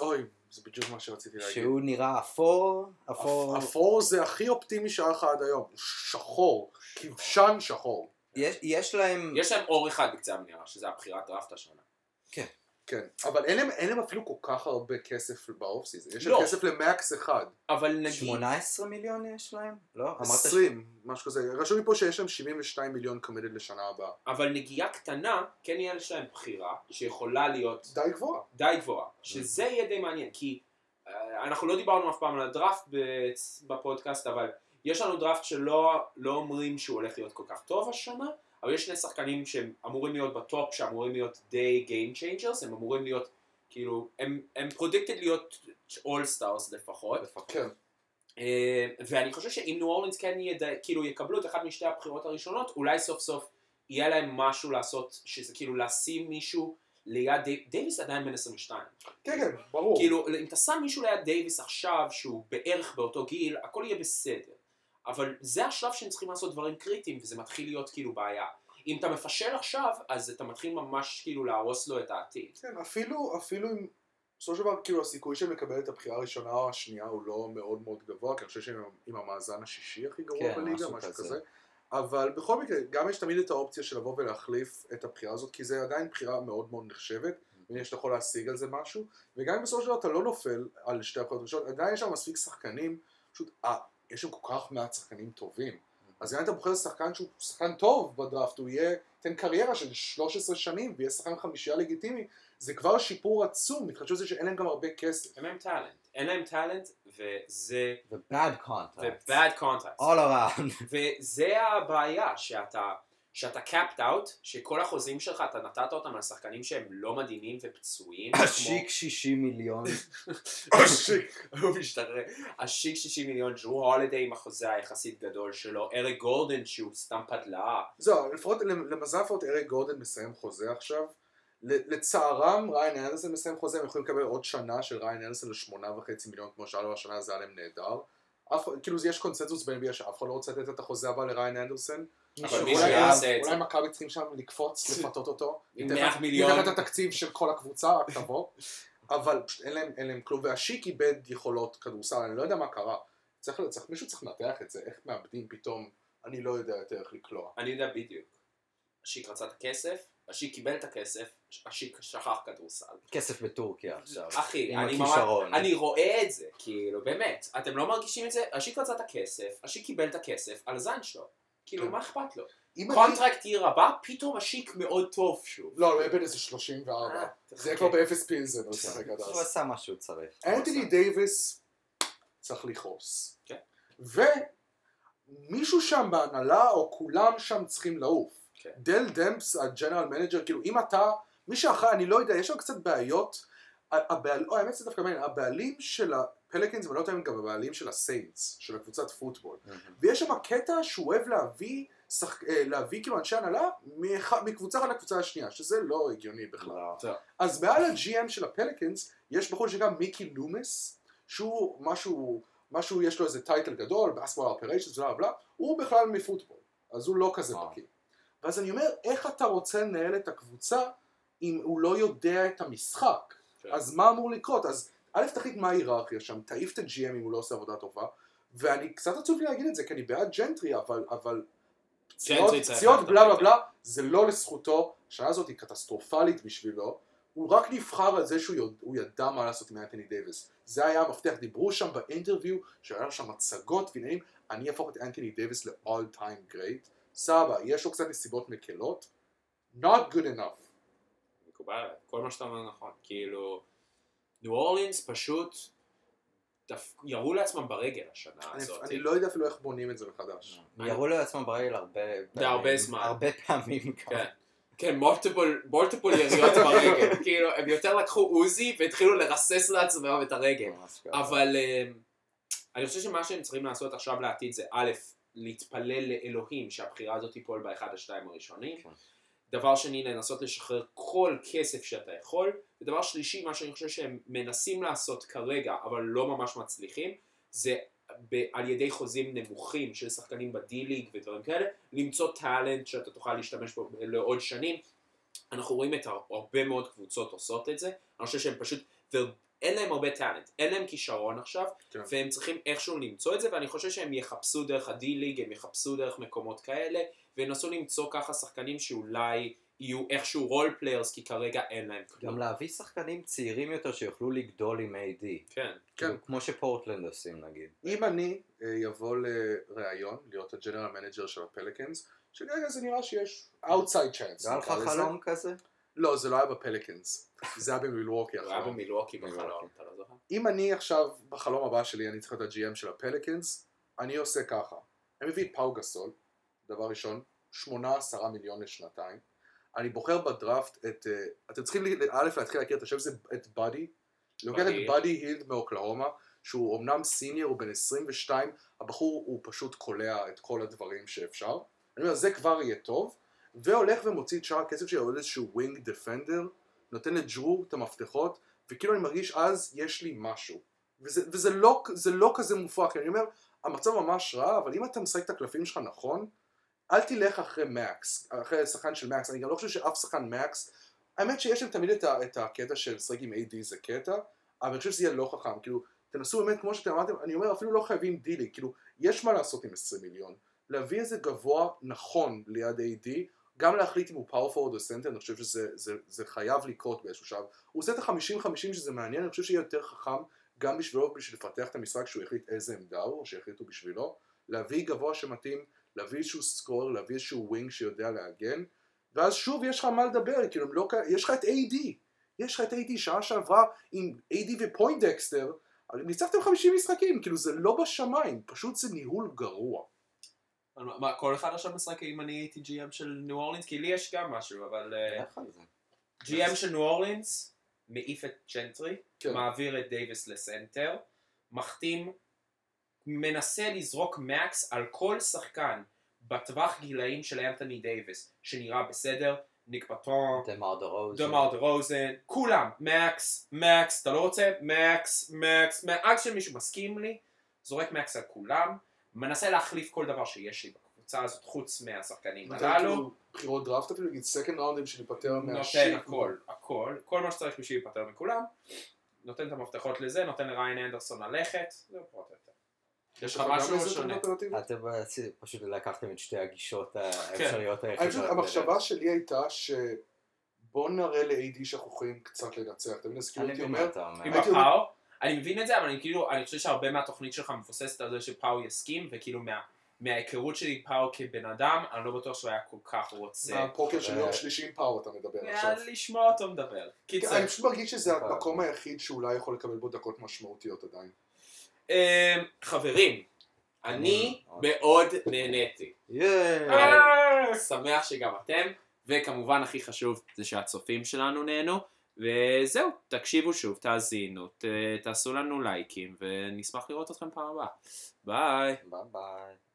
זה בדיוק מה שרציתי להגיד. שהוא נראה אפור. אפור זה הכי אופטימי שהיה לך עד היום. שחור. כבשן שחור. יש להם אור אחד בקצה המנהרה, שזה הבחירת דראפט השנה. כן. כן, אבל אין להם אפילו כל כך הרבה כסף באוף סיזן, יש לא. להם כסף למקס אחד. אבל נגיד... 18 מיליון יש להם? לא? אמרת 20, משהו כזה. רשום לי פה שיש להם 72 מיליון קומדד לשנה הבאה. אבל נגיעה קטנה, כן יהיה להם בחירה, שיכולה להיות... די גבוהה. די גבוהה. שזה יהיה די מעניין, כי אנחנו לא דיברנו אף פעם על הדראפט בפודקאסט, אבל יש לנו דראפט שלא אומרים שהוא הולך להיות כל כך טוב השנה, אבל יש שני שחקנים שהם אמורים להיות בטופ, שאמורים להיות די game changers, הם אמורים להיות, כאילו, הם predicted להיות all stars לפחות. כן. ואני חושב שאם ניו אורלינס כן כאילו יקבלו את אחד משתי הבחירות הראשונות, אולי סוף סוף יהיה להם משהו לעשות, שזה כאילו לשים מישהו ליד דייביס עדיין בן 22. כן, כן, ברור. כאילו, אם אתה שם מישהו ליד דייביס עכשיו, שהוא בערך באותו גיל, הכל יהיה בסדר. אבל זה השלב שהם צריכים לעשות דברים קריטיים, וזה מתחיל להיות כאילו בעיה. אם אתה מפשל עכשיו, אז אתה מתחיל ממש כאילו להרוס לו את העתיד. כן, אפילו אם... בסופו של דבר, כאילו, הסיכוי שהם לקבל את הבחירה הראשונה או השנייה הוא לא מאוד מאוד גבוה, כי אני חושב שהם עם המאזן השישי הכי גרוע בליגה, משהו כזה. אבל בכל מקרה, גם יש תמיד את האופציה של לבוא ולהחליף את הבחירה הזאת, כי זה עדיין בחירה מאוד מאוד נחשבת, ואם שאתה יכול להשיג על זה משהו, וגם אם בסופו של דבר אתה לא נופל על שתי הבחירות הראשונות, עדיין יש שם מספיק שחקנים, פשוט, יש שם כל כך מעט שחקנים טובים. אז אם אתה בוחר שחקן שהוא שחקן טוב בדראפט, הוא יהיה, תן קריירה של 13 שנים, ויהיה שחקן חמישייה לגיטימי, זה כבר שיפור עצום, מתחשב לזה שאין להם גם הרבה כסף. אין להם טלנט, וזה... ו-bad contacts. ו-bad contacts. all around. וזה הבעיה, שאתה capped out, שכל החוזים שלך, אתה נתת אותם על שחקנים שהם לא מדהימים ופצועים. השיק 60 מיליון. השיק. הוא משתחרר. השיק 60 מיליון, ג'רו הולידיי עם החוזה היחסית גדול שלו, אריק גורדן שהוא סתם פדלאה. זהו, לפחות למזל לפחות אריק גורדן מסיים חוזה עכשיו. לצערם ריין אנדרסון מסיים חוזה, הם יכולים לקבל עוד שנה של ריין אנדרסון ל8.5 מיליון כמו שהיה לו השנה, זה היה להם נהדר. כאילו יש קונצנזוס ב-NBA שאף אחד לא רוצה לתת את החוזה הבא לריין אנדרסון. אולי מכבי צריכים שם לקפוץ, לפתות אותו. עם 100 מיליון. ניתן את התקציב של כל הקבוצה, רק תבוא. אבל פשוט אין להם כלום, והשיק איבד יכולות כדורסל, אני לא יודע מה קרה. מישהו צריך לנתח את זה, איך מאבדים פתאום, אני לא יודע יותר איך לקלוע. אני יודע בדיוק. השיק רצה את הכסף, השיק קיבל את הכסף, השיק שכח כדורסל. כסף בטורקיה עכשיו. אחי, הכישרון. אני רואה את זה, כאילו, באמת, אתם לא מרגישים את זה? השיק רצה את הכסף, השיק קיבל את הכסף על הזין שלו. כאילו, מה אכפת לו? קונטרקט עיר הבא, פתאום השיק מאוד טוב שוב. לא, הוא בן איזה 34. זה כבר באפס פילזן, הוא שחק עד אז. הוא עשה מה שהוא צריך. אנתוני דייביס צריך לכעוס. ומישהו שם בהנהלה, או כולם שם צריכים לעוף. דל דמפס, הג'נרל מנג'ר, כאילו אם אתה, מי שאחראי, אני לא יודע, יש שם קצת בעיות, האמת זה דווקא מעניין, הבעלים של הפליקנס, ולא יודעים גם הבעלים של הסיינטס, של הקבוצת פוטבול, ויש שם קטע שהוא אוהב להביא כאילו אנשי הנהלה, מקבוצה אחת לקבוצה השנייה, שזה לא הגיוני בכלל. אז מעל ה-GM של הפליקנס, יש בחור שגם מיקי לומס, שהוא משהו, יש לו איזה טייטל גדול, basketball operations, בלה בלה, הוא בכלל מפוטבול, אז הוא לא כזה בקיא. ואז אני אומר, איך אתה רוצה לנהל את הקבוצה אם הוא לא יודע את המשחק? אז מה אמור לקרות? אז א' תחליט מה ההיררכיה שם, תעיף את ה-GM אם הוא לא עושה עבודה טובה, ואני קצת עצוב לי להגיד את זה, כי אני בעד ג'נטרי, אבל פציעות בלה בלה בלה, זה לא לזכותו, השנה הזאת היא קטסטרופלית בשבילו, הוא רק נבחר על זה שהוא ידע מה לעשות עם אנתוני דייביס. זה היה המפתח, דיברו שם באינטרוויו, שהיה שם מצגות ועניינים, אני אהפוך את אנתוני דייביס ל-all time great, סבא, יש לו קצת נסיבות מקלות, not good enough. מקובל, כל מה שאתה אומר נכון, כאילו, ניו אורלינס פשוט ירו לעצמם ברגל השנה הזאת. אני לא יודע אפילו איך בונים את זה מחדש. ירו לעצמם ברגל הרבה זמן. הרבה פעמים. כן, מולטיפול יריות ברגל, כאילו, הם יותר לקחו עוזי והתחילו לרסס לעצמם את הרגל. אבל אני חושב שמה שהם צריכים לעשות עכשיו לעתיד זה א', להתפלל לאלוהים שהבחירה הזאת תיפול באחד השתיים הראשונים. דבר שני, לנסות לשחרר כל כסף שאתה יכול. ודבר שלישי, מה שאני חושב שהם מנסים לעשות כרגע, אבל לא ממש מצליחים, זה על ידי חוזים נמוכים של שחקנים בדי-ליג ודברים כאלה, למצוא טאלנט שאתה תוכל להשתמש בו לעוד שנים. אנחנו רואים את הרבה מאוד קבוצות עושות את זה. אני חושב שהם פשוט, אין להם הרבה טאלנט, אין להם כישרון עכשיו, והם צריכים איכשהו למצוא את זה, ואני חושב שהם יחפשו דרך הדי-ליג, הם יחפשו דרך מקומות כאלה, וינסו למצוא ככה שחקנים שאולי יהיו איכשהו רול פליירס, כי כרגע אין להם כלום. גם להביא שחקנים צעירים יותר שיוכלו לגדול עם AD. כן. כאילו, כמו שפורטלנד עושים נגיד. אם אני יבוא לראיון, להיות הג'נרל מנג'ר של הפליקנס, שכרגע זה נראה שיש outside chance. זה היה לך חלום כזה? לא, זה לא היה בפליקנס. זה היה במילווקי. הוא היה במילווקי בחלום, אתה לא זוכר? אם אני עכשיו, בחלום הבא שלי, אני צריך להיות ה-GM של הפליקנס, אני עושה ככה. אני מביא את פאו גסול, דבר ראשון, 8-10 מיליון לשנתיים. אני בוחר בדראפט את, אתם צריכים א' להתחיל להכיר את השם, זה את בדי. לוקח את בדי הילד מאוקלהומה, שהוא אמנם סיניור, הוא בן 22, הבחור הוא פשוט קולע את כל הדברים שאפשר. אני אומר, זה כבר יהיה טוב, והולך ומוציא את שאר הכסף שלי, עוד איזשהו ווינג דפנדר, נותן לג'רו את המפתחות, וכאילו אני מרגיש אז יש לי משהו. וזה לא כזה מופרך, כי אני אומר, המצב ממש רע, אבל אם אתה משחק את הקלפים שלך נכון, אל תלך אחרי מקס, אחרי שחקן של מקס, אני גם לא חושב שאף שחקן מקס, האמת שיש להם תמיד את הקטע של לשחק עם AD זה קטע, אבל אני חושב שזה יהיה לא חכם, כאילו, תנסו באמת, כמו שאתם אמרתם, אני אומר, אפילו לא חייבים דילי, כאילו, יש מה לעשות עם 20 מיליון, להביא איזה גבוה נכון ליד AD, גם להחליט אם הוא פאורפורד או סנטר, אני חושב שזה חייב לקרות באיזשהו שלב, הוא עושה את ה-50-50 שזה מעניין, אני חושב שיהיה יותר חכם, גם בשבילו, בשביל לפתח את המשחק, שהוא יחליט איזה עמדה הוא, או שיחליטו בשבילו, להביא גבוה שמתאים, להביא איזשהו סקור, להביא איזשהו ווינג שיודע להגן, ואז שוב יש לך מה לדבר, כאילו, יש לך את AD, יש לך את AD שעה שעברה עם AD ופוינטדקסטר, ניצחתם 50 משחקים, כאילו זה לא בשמיים, פשוט זה ניהול גרוע. מה, כל אחד עכשיו משחק אם אני הייתי GM של ניו אורלינס? כי לי יש גם משהו, אבל... GM של ניו אורלינס מעיף את ג'נטרי, מעביר את דייביס לסנטר, מחתים, מנסה לזרוק מקס על כל שחקן בטווח גילאים של אנתוני דייביס, שנראה בסדר, ניק בטון, דמר דה רוזן, כולם, מקס, אתה לא רוצה? מקס, עד שמישהו מסכים לי, זורק מקס על כולם, מנסה להחליף כל דבר שיש לי בקבוצה הזאת, חוץ מהשחקנים הללו. בחירות דראפט אפילו, נגיד סקנד ראונדים שניפטר נותן הכל, כל מה שצריך בשביל להיפטר מכולם, נותן את המפתחות לזה, נותן לריין אנדרסון ללכת, זהו פחות או יותר. יש לך משהו שונה. אתם פשוט לקחתם את שתי הגישות האפשריות היחידות. המחשבה שלי הייתה שבוא נראה ל-AD שאנחנו יכולים קצת לנצח. אתה מבין, כאילו הייתי אומר... עם הפאו, אני מבין את זה, אבל אני חושב שהרבה מהתוכנית שלך מפוססת על זה שפאו יסכים, וכאילו מההיכרות שלי פאו כבן אדם, אני לא בטוח שהוא היה כל כך רוצה. מהפוקר של יום שלישי עם פאו אתה מדבר עכשיו. לשמוע אותו מדבר. אני פשוט מרגיש שזה המקום היחיד שאולי יכול לקבל בו דקות משמעותיות עדיין. חברים, אני מאוד נהניתי. שמח שגם אתם, וכמובן הכי חשוב זה שהצופים שלנו נהנו, וזהו, תקשיבו שוב, תאזינו, תעשו לנו לייקים, ונשמח לראות אתכם פעם הבאה. ביי. ביי.